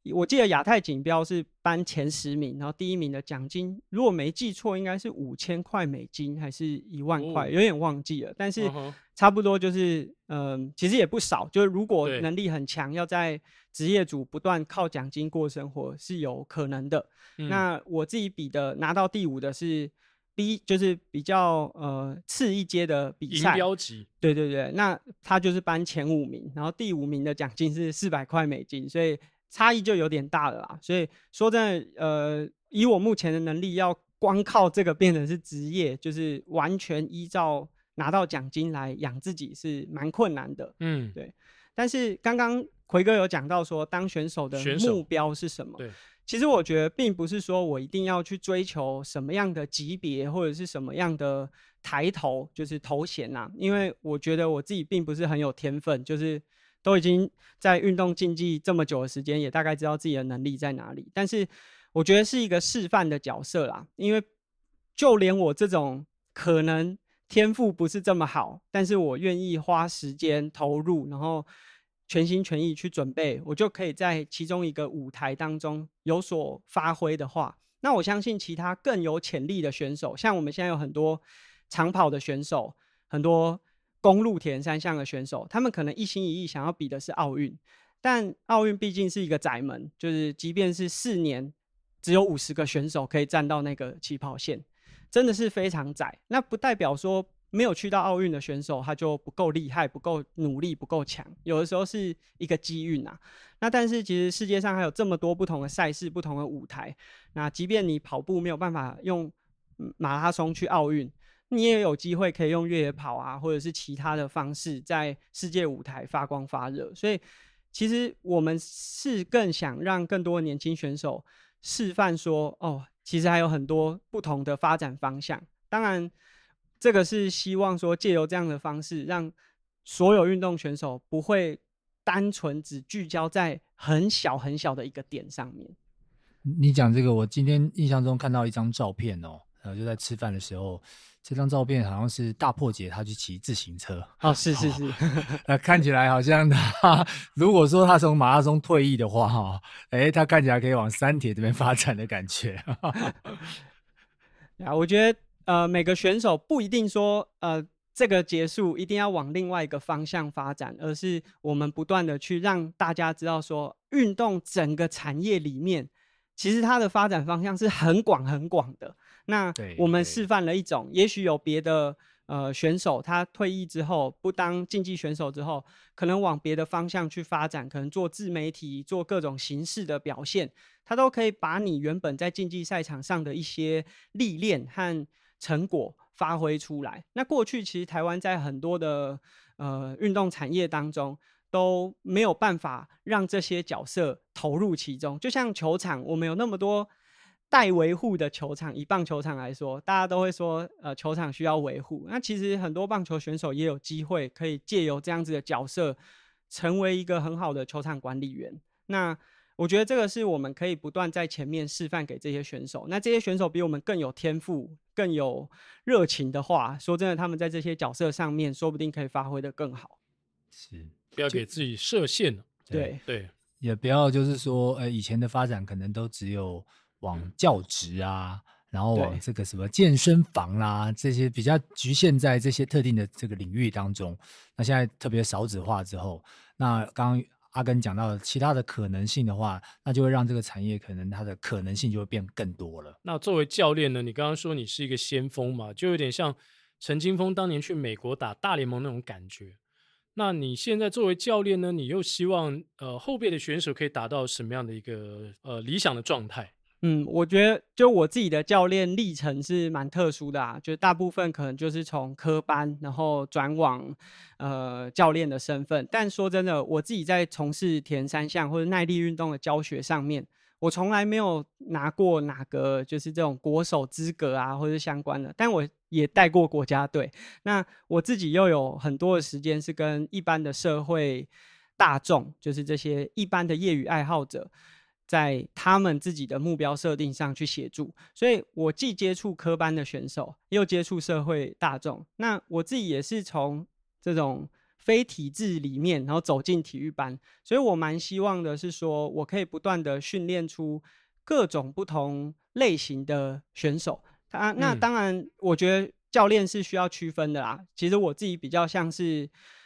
我记得亚太锦标是颁前10名，然后第1名的奖金，如果没记错，应该是5000块美金还是1万块，有点忘记了。但是差不多就是，其实也不少。就是如果能力很强，要在职业组不断靠奖金过生活是有可能的。那我自己比的拿到第5的是 B， 就是比较次一阶的比赛， 银标级。对对对，那他就是颁前5名，然后第5名的奖金是400块美金，所以差异就有点大了啦。所以说真的，以我目前的能力，要光靠这个变成是职业，就是完全依照拿到奖金来养自己是蛮困难的。对。但是刚刚奎哥有讲到说，当选手的目标是什么？对。其实我觉得并不是说我一定要去追求什么样的级别或者是什么样的抬头，就是头衔啊。因为我觉得我自己并不是很有天分，就是都已经在运动竞技这么久的时间，也大概知道自己的能力在哪里。但是我觉得是一个示范的角色啦，因为就连我这种可能天赋不是这么好，但是我愿意花时间投入，然后全心全意去准备，我就可以在其中一个舞台当中有所发挥的话，那我相信其他更有潜力的选手，像我们现在有很多长跑的选手，很多公路铁人三项的选手，他们可能一心一意想要比的是奥运，但奥运毕竟是一个窄门，就是即便是4年只有50个选手可以站到那个起跑线，真的是非常窄。那不代表说没有去到奥运的选手他就不够厉害、不够努力、不够强，有的时候是一个机运啊。那但是其实世界上还有这么多不同的赛事、不同的舞台，那即便你跑步没有办法用马拉松去奥运，你也有机会可以用越野跑啊，或者是其他的方式在世界舞台发光发热。所以其实我们是更想让更多的年轻选手示范说，其实还有很多不同的发展方向。当然这个是希望说借由这样的方式，让所有运动选手不会单纯只聚焦在很小很小的一个点上面。 你讲这个，我今天印象中看到一张照片就在吃饭的时候，这张照片好像是大破节他去骑自行车。 是看起来好像他如果说他从马拉松退役的话，他看起来可以往三铁这边发展的感觉。 我觉得每个选手不一定说这个结束一定要往另外一个方向发展，而是我们不断的去让大家知道说，运动整个产业里面其实它的发展方向是很广很广的。那我们示范了一种，也许有别的选手他退役之后不当竞技选手之后，可能往别的方向去发展，可能做自媒体，做各种形式的表现，他都可以把你原本在竞技赛场上的一些历练和成果发挥出来。那过去其实台湾在很多的运动产业当中都没有办法让这些角色投入其中，就像球场，我们有那么多待维护的球场，以棒球场来说，大家都会说球场需要维护。那其实很多棒球选手也有机会可以借由这样子的角色成为一个很好的球场管理员。那我觉得这个是我们可以不断在前面示范给这些选手，那这些选手比我们更有天赋更有热情的话，说真的他们在这些角色上面说不定可以发挥得更好。 是，不要给自己设限。 对， 也不要就是说以前的发展可能都只有往教职啊，然后往这个什么健身房啦，这些比较局限在这些特定的这个领域当中。那现在特别少子化之后，那刚刚阿根讲到的其他的可能性的话，那就会让这个产业可能它的可能性就会变更多了。 那作为教练呢，你刚刚说你是一个先锋嘛，就有点像陈金锋当年去美国打大联盟那种感觉。那你现在作为教练呢，你又希望后辈的选手可以达到什么样的一个理想的状态？ 我觉得就我自己的教练历程是蛮特殊的啊，就大部分可能就是从科班然后转往教练的身份。但说真的，我自己在从事铁人三项或者耐力运动的教学上面，我从来没有拿过哪个就是这种国手资格啊或者相关的，但我也带过国家队。那我自己又有很多的时间是跟一般的社会大众，就是这些一般的业余爱好者，在他们自己的目标设定上去协助，所以我既接触科班的选手，又接触社会大众。那我自己也是从这种非体制里面，然后走进体育班。所以我蛮希望的是说，我可以不断的训练出各种不同类型的选手。那当然，我觉得教练是需要区分的啦。其实我自己比较像是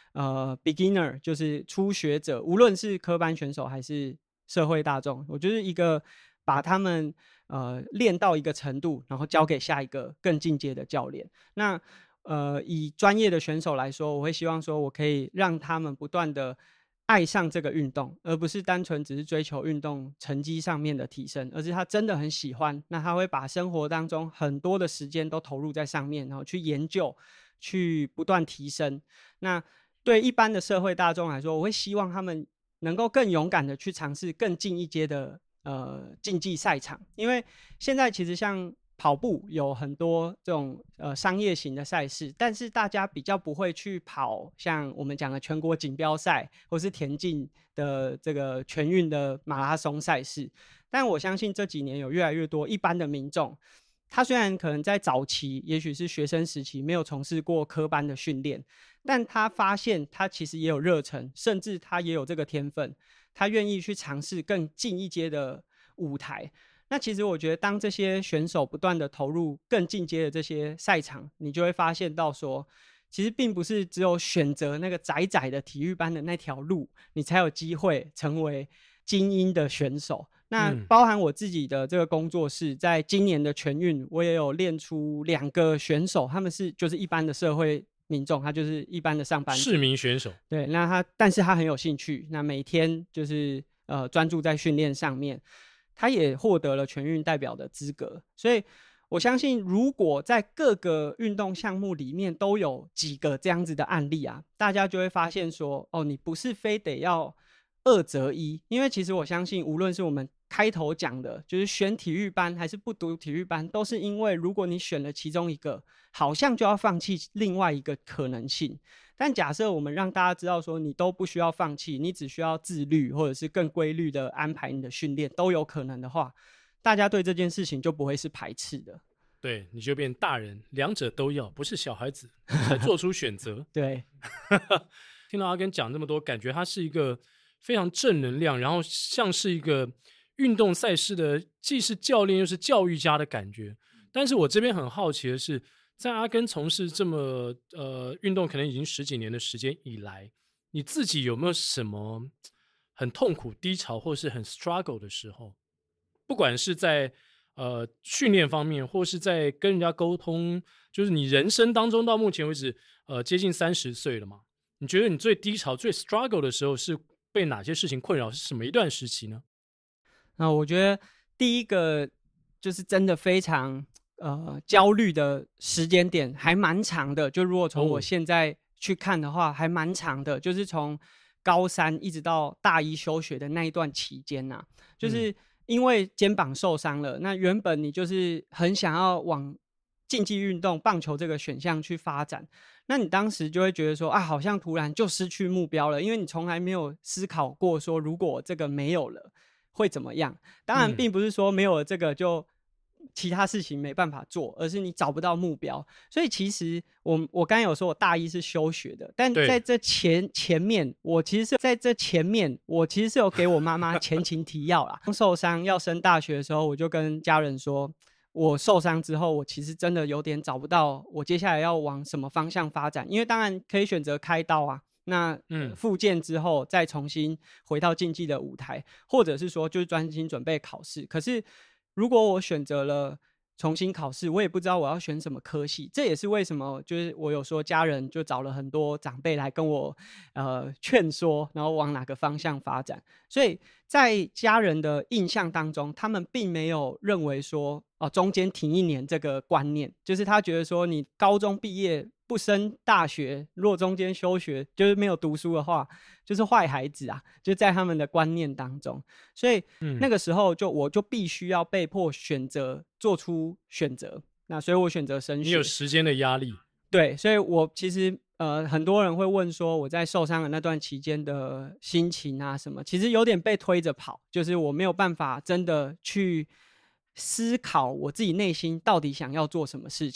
beginner， 就是初学者，无论是科班选手还是社会大众，我就是一个把他们练到一个程度，然后交给下一个更进阶的教练。那以专业的选手来说，我会希望说我可以让他们不断的爱上这个运动，而不是单纯只是追求运动成绩上面的提升，而是他真的很喜欢，那他会把生活当中很多的时间都投入在上面，然后去研究，去不断提升。那对一般的社会大众来说，我会希望他们能够更勇敢的去尝试更进一阶的竞技赛场。因为现在其实像跑步有很多这种商业型的赛事，但是大家比较不会去跑像我们讲的全国锦标赛或是田径的这个全运的马拉松赛事。但我相信这几年有越来越多一般的民众，他虽然可能在早期也许是学生时期没有从事过科班的训练，但他发现他其实也有热忱，甚至他也有这个天分，他愿意去尝试更进一阶的舞台。那其实我觉得当这些选手不断的投入更进阶的这些赛场，你就会发现到说，其实并不是只有选择那个窄窄的体育班的那条路，你才有机会成为精英的选手。那包含我自己的这个工作室，在今年的全运，我也有练出2个选手，他们就是一般的社会民众，他就是一般的上班族市民选手。 对，但是他很有兴趣，那每天就是专注在训练上面。他也获得了全运代表的资格。所以我相信如果在各个运动项目里面都有几个这样子的案例啊，大家就会发现说，你不是非得要2择1。因为其实我相信无论是我们开头讲的就是选体育班还是不读体育班，都是因为如果你选了其中一个，好像就要放弃另外一个可能性。但假设我们让大家知道说你都不需要放弃，你只需要自律或者是更规律的安排你的训练都有可能的话，大家对这件事情就不会是排斥的。 对，你就变大人，2者都要，不是小孩子才做出选择。 对听到阿根讲这么多，感觉他是一个非常正能量，然后像是一个运动赛事的既是教练又是教育家的感觉。但是我这边很好奇的是，在阿根从事这么运动可能已经10几年的时间以来，你自己有没有什么很痛苦低潮或是很 struggle 的时候？不管是在训练方面，或是在跟人家沟通，就是你人生当中到目前为止接近30岁了嘛，你觉得你最低潮最 struggle 的时候是被哪些事情困扰，是什么一段时期呢？ 我觉得第一个就是真的非常焦虑的时间点还蛮长的，就如果从我现在去看的话还蛮长的，就是从高3一直到大1休学的那一段期间啊，就是因为肩膀受伤了，那原本你就是很想要往竞技运动棒球这个选项去发展，那你当时就会觉得说好像突然就失去目标了，因为你从来没有思考过说如果这个没有了会怎么样。当然并不是说没有了这个就其他事情没办法做，而是你找不到目标。所以其实我刚才有说我大1是休学的，但在这前面我其实是有给我妈妈前情提要啦。受伤要升大学的时候，我就跟家人说，我受伤之后我其实真的有点找不到我接下来要往什么方向发展。因为当然可以选择开刀啊，那复健之后再重新回到竞技的舞台，或者是说就是专心准备考试。可是如果我选择了重新考试，我也不知道我要选什么科系。这也是为什么就是我有说家人就找了很多长辈来跟我劝说，然后往哪个方向发展。所以在家人的印象当中，他们并没有认为说中间停1年这个观念，就是他觉得说你高中毕业不升大学，如果中间休学就是没有读书的话，就是坏孩子啊，就在他们的观念当中。所以那个时候我就必须要被迫做出选择。那所以我选择升学。 你有时间的压力。 对，所以我其实很多人会问说我在受伤的那段期间的心情啊什么，其实有点被推着跑，就是我没有办法真的去思考我自己内心到底想要做什么事情。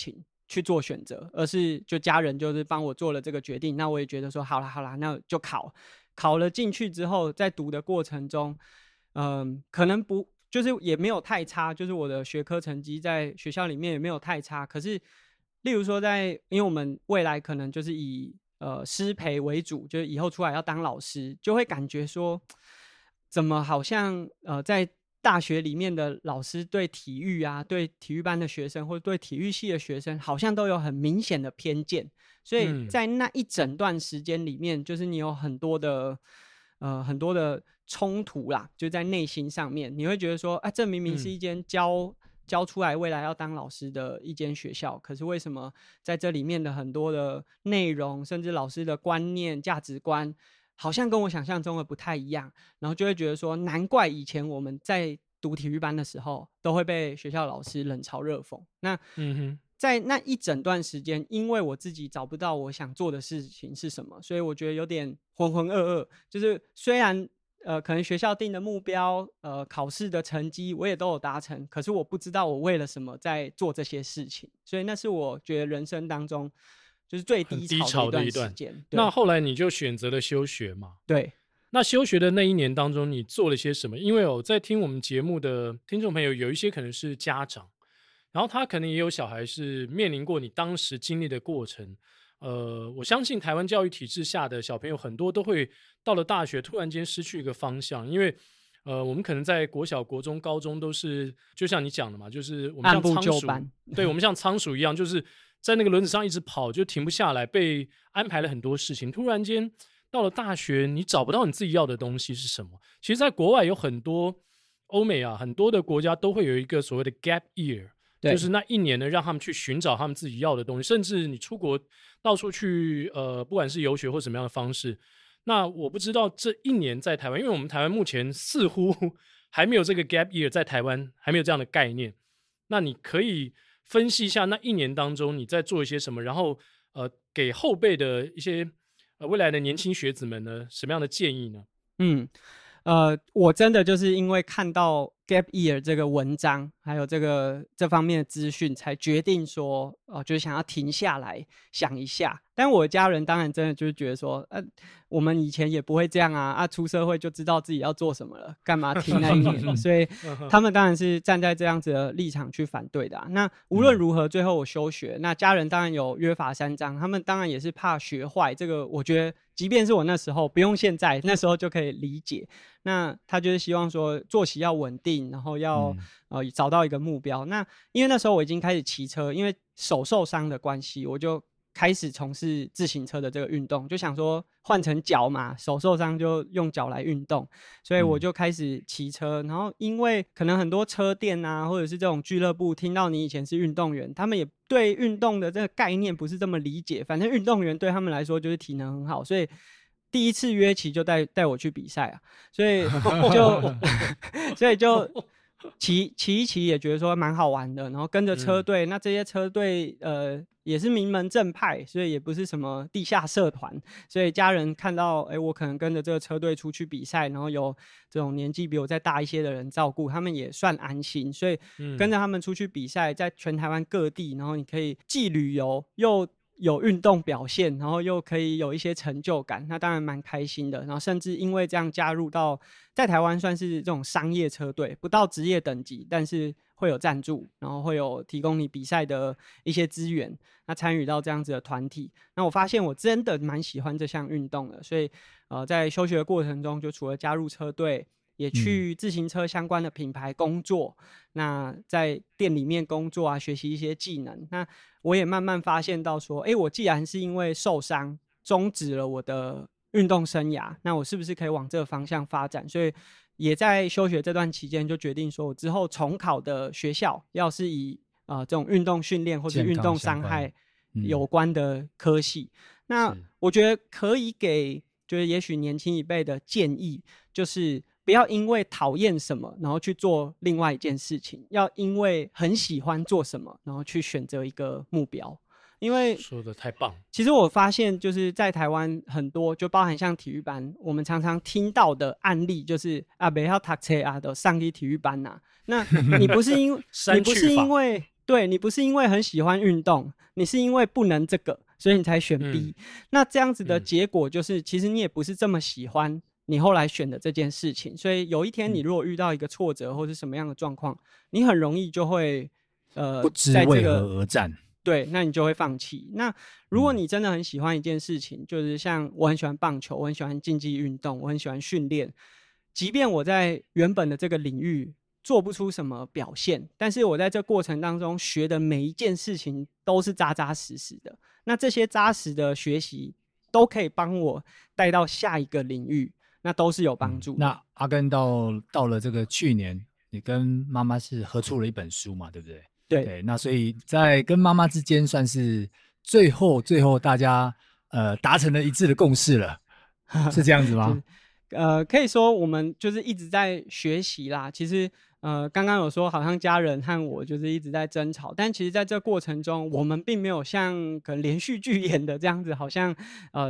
去做选择，而是就家人就是帮我做了这个决定。那我也觉得说好啦，那就考了进去之后，在读的过程中，可能不就是也没有太差，就是我的学科成绩在学校里面也没有太差。可是，例如说因为我们未来可能就是以师培为主，就是以后出来要当老师，就会感觉说，怎么好像在大学里面的老师对体育啊，对体育班的学生或者对体育系的学生，好像都有很明显的偏见。所以在那一整段时间里面，就是你有很多的冲突啦，就在内心上面，你会觉得说，这明明是一间教出来未来要当老师的一间学校，可是为什么在这里面的很多的内容，甚至老师的观念、价值观，好像跟我想象中的不太一样，然后就会觉得说，难怪以前我们在读体育班的时候，都会被学校老师冷嘲热讽。那在那一整段时间，因为我自己找不到我想做的事情是什么，所以我觉得有点浑浑噩噩。就是虽然可能学校定的目标，考试的成绩我也都有达成，可是我不知道我为了什么在做这些事情，所以那是我觉得人生当中就是最低潮的一段时间。 那后来你就选择了休学嘛？ 对。 那休学的那一年当中，你做了些什么？因为在听我们节目的听众朋友，有一些可能是家长，然后他可能也有小孩是面临过你当时经历的过程。我相信台湾教育体制下的小朋友很多都会到了大学突然间失去一个方向，因为我们可能在国小、国中、高中都是就像你讲的嘛，就是我们像仓鼠，对，我们像仓鼠一样，就是在那个轮子上一直跑，就停不下来，被安排了很多事情。突然间到了大学，你找不到你自己要的东西是什么。其实在国外有很多欧美啊，很多的国家都会有一个所谓的 gap year， 就是那一年呢，让他们去寻找他们自己要的东西，甚至你出国到处去不管是游学或什么样的方式。那我不知道这一年在台湾，因为我们台湾目前似乎还没有这个 gap year， 在台湾还没有这样的概念。那你可以分析一下那一年当中你在做一些什么，然后给后辈的一些未来的年轻学子们呢什么样的建议呢？ 我真的就是因为看到 Gap Year 这个文章，还有这方面的资讯，才决定说，就是想要停下来想一下。但我的家人当然真的就是觉得说，我们以前也不会这样啊，出社会就知道自己要做什么了，干嘛停那一年？所以他们当然是站在这样子的立场去反对的啊。那无论如何，最后我休学，那家人当然有约法三章，他们当然也是怕学坏。这个我觉得，即便是我那时候，不用现在，那时候就可以理解。那他就是希望说作息要稳定，然后要找到一个目标。那因为那时候我已经开始骑车，因为手受伤的关系，我就开始从事自行车的这个运动，就想说换成脚嘛，手受伤就用脚来运动，所以我就开始骑车。然后因为可能很多车店啊，或者是这种俱乐部，听到你以前是运动员，他们也对运动的这个概念不是这么理解。反正运动员对他们来说就是体能很好，所以第一次约骑就带我去比赛啊，所以就骑一骑也觉得说蛮好玩的，然后跟着车队，那这些车队也是名门正派，所以也不是什么地下社团，所以家人看到我可能跟着这个车队出去比赛，然后有这种年纪比我再大一些的人照顾，他们也算安心，所以跟着他们出去比赛，在全台湾各地，然后你可以既旅游又有运动表现，然后又可以有一些成就感，那当然蛮开心的。然后甚至因为这样加入到在台湾算是这种商业车队，不到职业等级，但是会有赞助，然后会有提供你比赛的一些资源，那参与到这样子的团体。那我发现我真的蛮喜欢这项运动的，所以在休学的过程中，就除了加入车队，也去自行车相关的品牌工作，那在店里面工作啊，学习一些技能。那我也慢慢发现到说，我既然是因为受伤终止了我的运动生涯，那我是不是可以往这个方向发展？所以也在休学这段期间就决定说，我之后重考的学校要是以这种运动训练或者运动伤害有关的科系。那我觉得可以给就是也许年轻一辈的建议，就是不要因为讨厌什么然后去做另外一件事情，要因为很喜欢做什么然后去选择一个目标。因为说的太棒，其实我发现就是在台湾很多就包含像体育班，我们常常听到的案例就是不要读册啊，都上去体育班啊。那你不是因为对，你不是因为很喜欢运动，你是因为不能这个，所以你才选 B。那这样子的结果就是，其实你也不是这么喜欢你后来选的这件事情，所以有一天你如果遇到一个挫折或是什么样的状况，你很容易就会不知为何而战。 对，那你就会放弃。那如果你真的很喜欢一件事情，就是像我很喜欢棒球，我很喜欢竞技运动，我很喜欢训练，即便我在原本的这个领域做不出什么表现，但是我在这过程当中学的每一件事情都是扎扎实实的。那这些扎实的学习都可以帮我带到下一个领域，那都是有帮助的。 那阿根到了这个去年，你跟妈妈是合出了一本书嘛，对不对？对，那所以在跟妈妈之间算是最后大家达成了一致的共识了，是这样子吗？ 可以说我们就是一直在学习啦。其实刚刚有说好像家人和我就是一直在争吵，但其实在这过程中，我们并没有像可能连续剧演的这样子，好像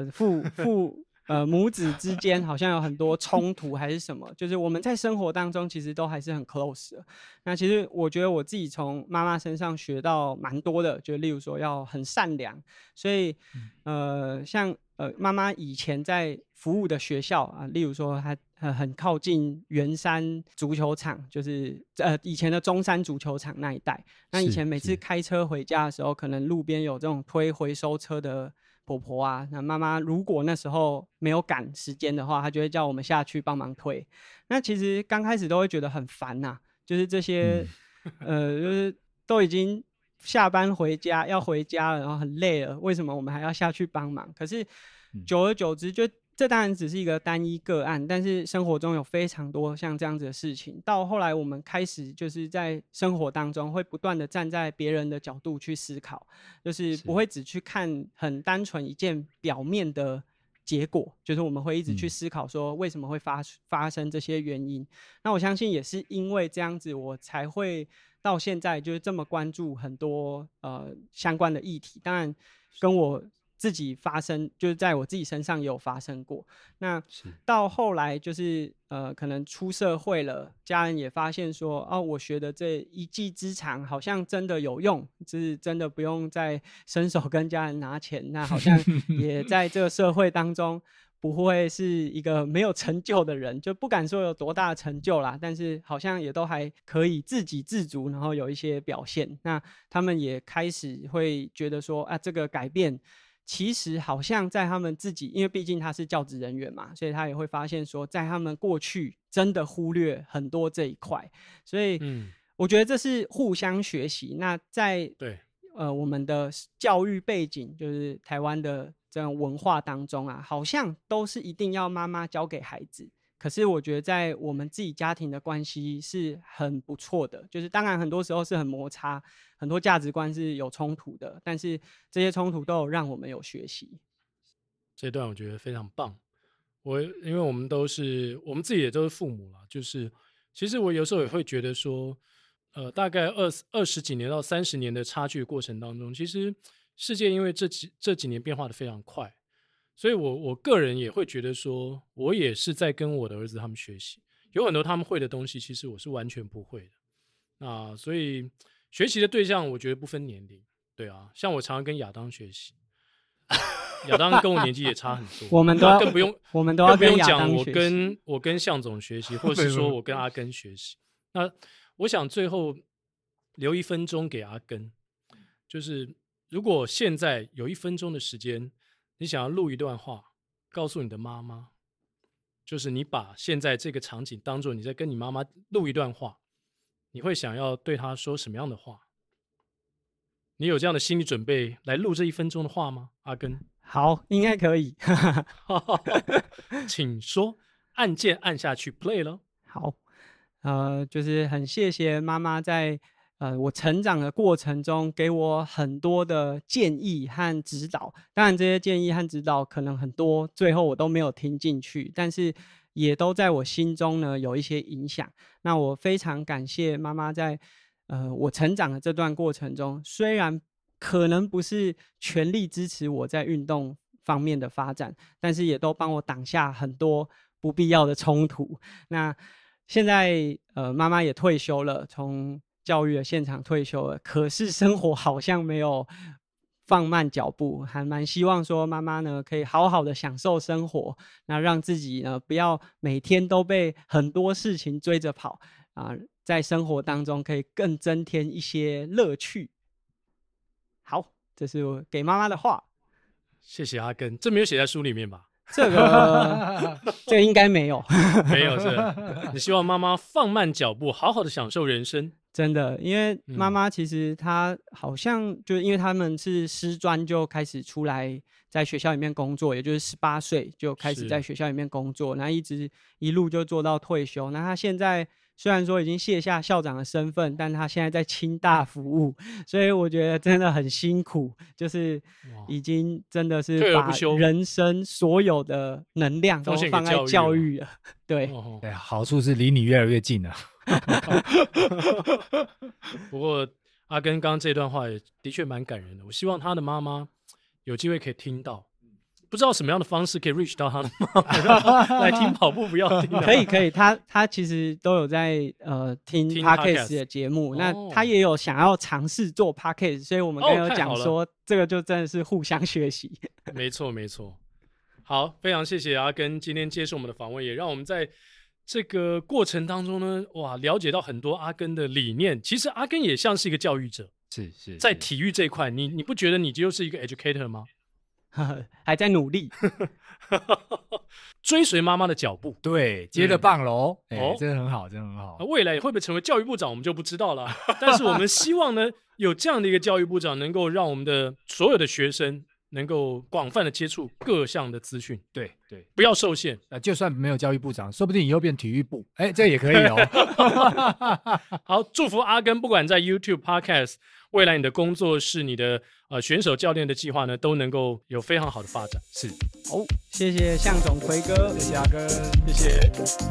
母子之间好像有很多冲突还是什么，就是我们在生活当中其实都还是很 close 的。那其实我觉得我自己从妈妈身上学到蛮多的，就例如说要很善良，所以像妈妈以前在服务的学校啊，例如说她很靠近圆山足球场，就是以前的中山足球场那一带。那以前每次开车回家的时候，可能路边有这种推回收车的婆婆啊，那妈妈如果那时候没有赶时间的话，她就会叫我们下去帮忙推。那其实刚开始都会觉得很烦呐，就是这些就是都已经下班回家要回家了，然后很累了，为什么我们还要下去帮忙？可是久而久之，就这当然只是一个单一个案，但是生活中有非常多像这样子的事情。到后来我们开始就是在生活当中会不断的站在别人的角度去思考，就是不会只去看很单纯一件表面的结果，就是我们会一直去思考说为什么会发生这些原因。那我相信也是因为这样子，我才会到现在就是这么关注很多相关的议题。当然跟我自己发生，就是在我自己身上也有发生过。那到后来就是可能出社会了，家人也发现说，我学的这一技之长好像真的有用，就是真的不用再伸手跟家人拿钱，那好像也在这个社会当中不会是一个没有成就的人，就不敢说有多大的成就啦，但是好像也都还可以自给自足，然后有一些表现。那他们也开始会觉得说，这个改变其实好像在他们自己，因为毕竟他是教职人员嘛，所以他也会发现说，在他们过去真的忽略很多这一块，所以我觉得这是互相学习。那在我们的教育背景，就是台湾的这种文化当中啊，好像都是一定要妈妈教给孩子。可是我觉得在我们自己家庭的关系是很不错的，就是当然很多时候是很摩擦，很多价值观是有冲突的，但是这些冲突都有让我们有学习。 这段我觉得非常棒。因为我们自己也都是父母啦，就是其实我有时候也会觉得说大概20几年到30年的差距的过程当中，其实世界因为这几年变化的非常快，所以我个人也会觉得说，我也是在跟我的儿子他们学习，有很多他们会的东西，其实我是完全不会的。那所以学习的对象，我觉得不分年龄，对啊，像我常常跟亚当学习，亚当跟我年纪也差很多， 我们都要跟亚当学习。我跟向总学习，或是说我跟阿根学习。那我想最后留1分钟给阿根，就是如果现在有1分钟的时间，你想要录一段话，告诉你的妈妈，就是你把现在这个场景当作你在跟你妈妈录一段话，你会想要对她说什么样的话？你有这样的心理准备来录这1分钟的话吗？阿根？ 好，应该可以。 请说，按键按下去 play 了。 好，就是很谢谢妈妈在我成长的过程中给我很多的建议和指导。当然这些建议和指导可能很多最后我都没有听进去，但是也都在我心中呢有一些影响。那我非常感谢妈妈在我成长的这段过程中，虽然可能不是全力支持我在运动方面的发展，但是也都帮我挡下很多不必要的冲突。那现在妈妈也退休了，从教育的现场退休了，可是生活好像没有放慢脚步，还蛮希望说妈妈呢可以好好的享受生活，那让自己呢不要每天都被很多事情追着跑啊，在生活当中可以更增添一些乐趣。好，这是我给妈妈的话。 谢谢阿根，这没有写在书里面吧？ 这个应该没有。 没有是你希望妈妈放慢脚步，好好的享受人生。 真的，因为妈妈其实她好像就是因为他们是师专就开始出来在学校里面工作，也就是18岁就开始在学校里面工作，然后一路就做到退休。那她现在虽然说已经卸下校长的身份，但她现在在清大服务，所以我觉得真的很辛苦，就是已经真的是把人生所有的能量都放在教育了。对， 对，好处是离你越来越近了。 不过阿根刚刚这段话也的确蛮感人的，我希望他的妈妈有机会可以听到，不知道什么样的方式可以 reach 到他的妈妈，让他来听跑步不要听。 可以，他其实都有在听 podcast 的节目，那他也有想要尝试做 podcast， 所以我们刚刚有讲说，这个就真的是互相学习。 没错没错。好，非常谢谢阿根今天接受我们的访问，也让我们在这个过程当中呢，哇，了解到很多阿根的理念。其实阿根也像是一个教育者， 是在体育这一块，你不觉得你就是一个 educator 吗？ 还在努力追随妈妈的脚步。 对，接着棒喽。真的很好，真的很好。 未来会不会成为教育部长我们就不知道了，但是我们希望呢，有这样的一个教育部长，能够让我们的所有的学生能够广泛的接触各项的资讯。 对， 不要受限。 就算没有教育部长，说不定以后变体育部，这也可以哦。 好，祝福阿根，不管在 YouTube、Podcast， 未来你的工作室、你的选手教练的计划呢，都能够有非常好的发展。 是， 好，谢谢向总、奎哥， 谢谢阿根， 谢谢。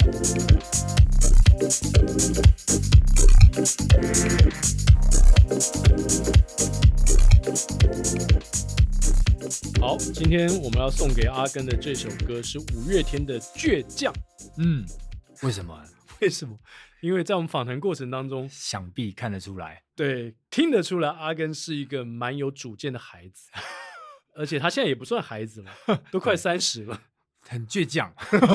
好，今天我们要送给阿根的这首歌是五月天的《倔强》。 为什么？ 为什么？因为在我们访谈过程当中， 想必看得出来， 对，听得出来，阿根是一个蛮有主见的孩子，而且他现在也不算孩子了，都快30了， 很倔强。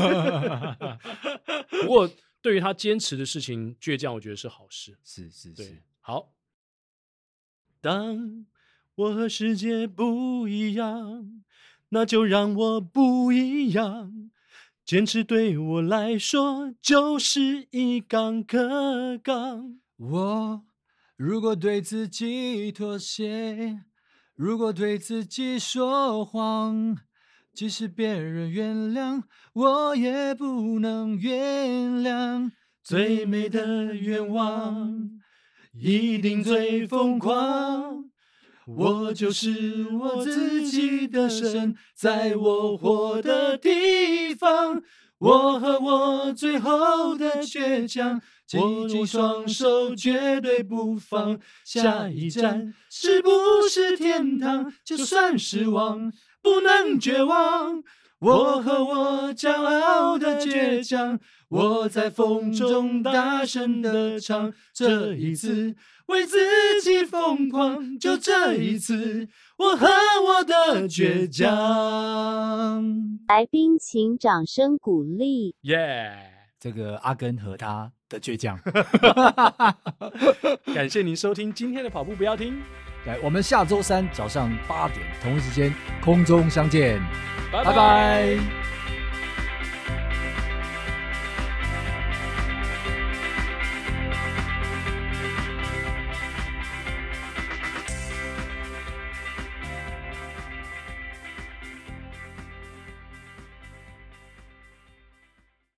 不过对于他坚持的事情，倔强，我觉得是好事。 是， 好。当我和世界不一样，那就让我不一样。坚持对我来说就是一杠可杠。 我如果对自己妥协，如果对自己说谎，即使别人原谅，我也不能原谅。 最美的愿望一定最疯狂，我就是我自己的神，在我活的地方，我和我最后的倔强，握紧双手绝对不放。下一站是不是天堂？就算失望，不能绝望。我和我骄傲的倔强，我在风中大声地唱，这一次为自己疯狂，就这一次，我和我的倔强。 来宾请掌声鼓励。 这个阿根和他的倔强。 感谢您收听今天的跑步不要听， 来，我们下周3早上8点同一时间空中相见， 拜拜拜。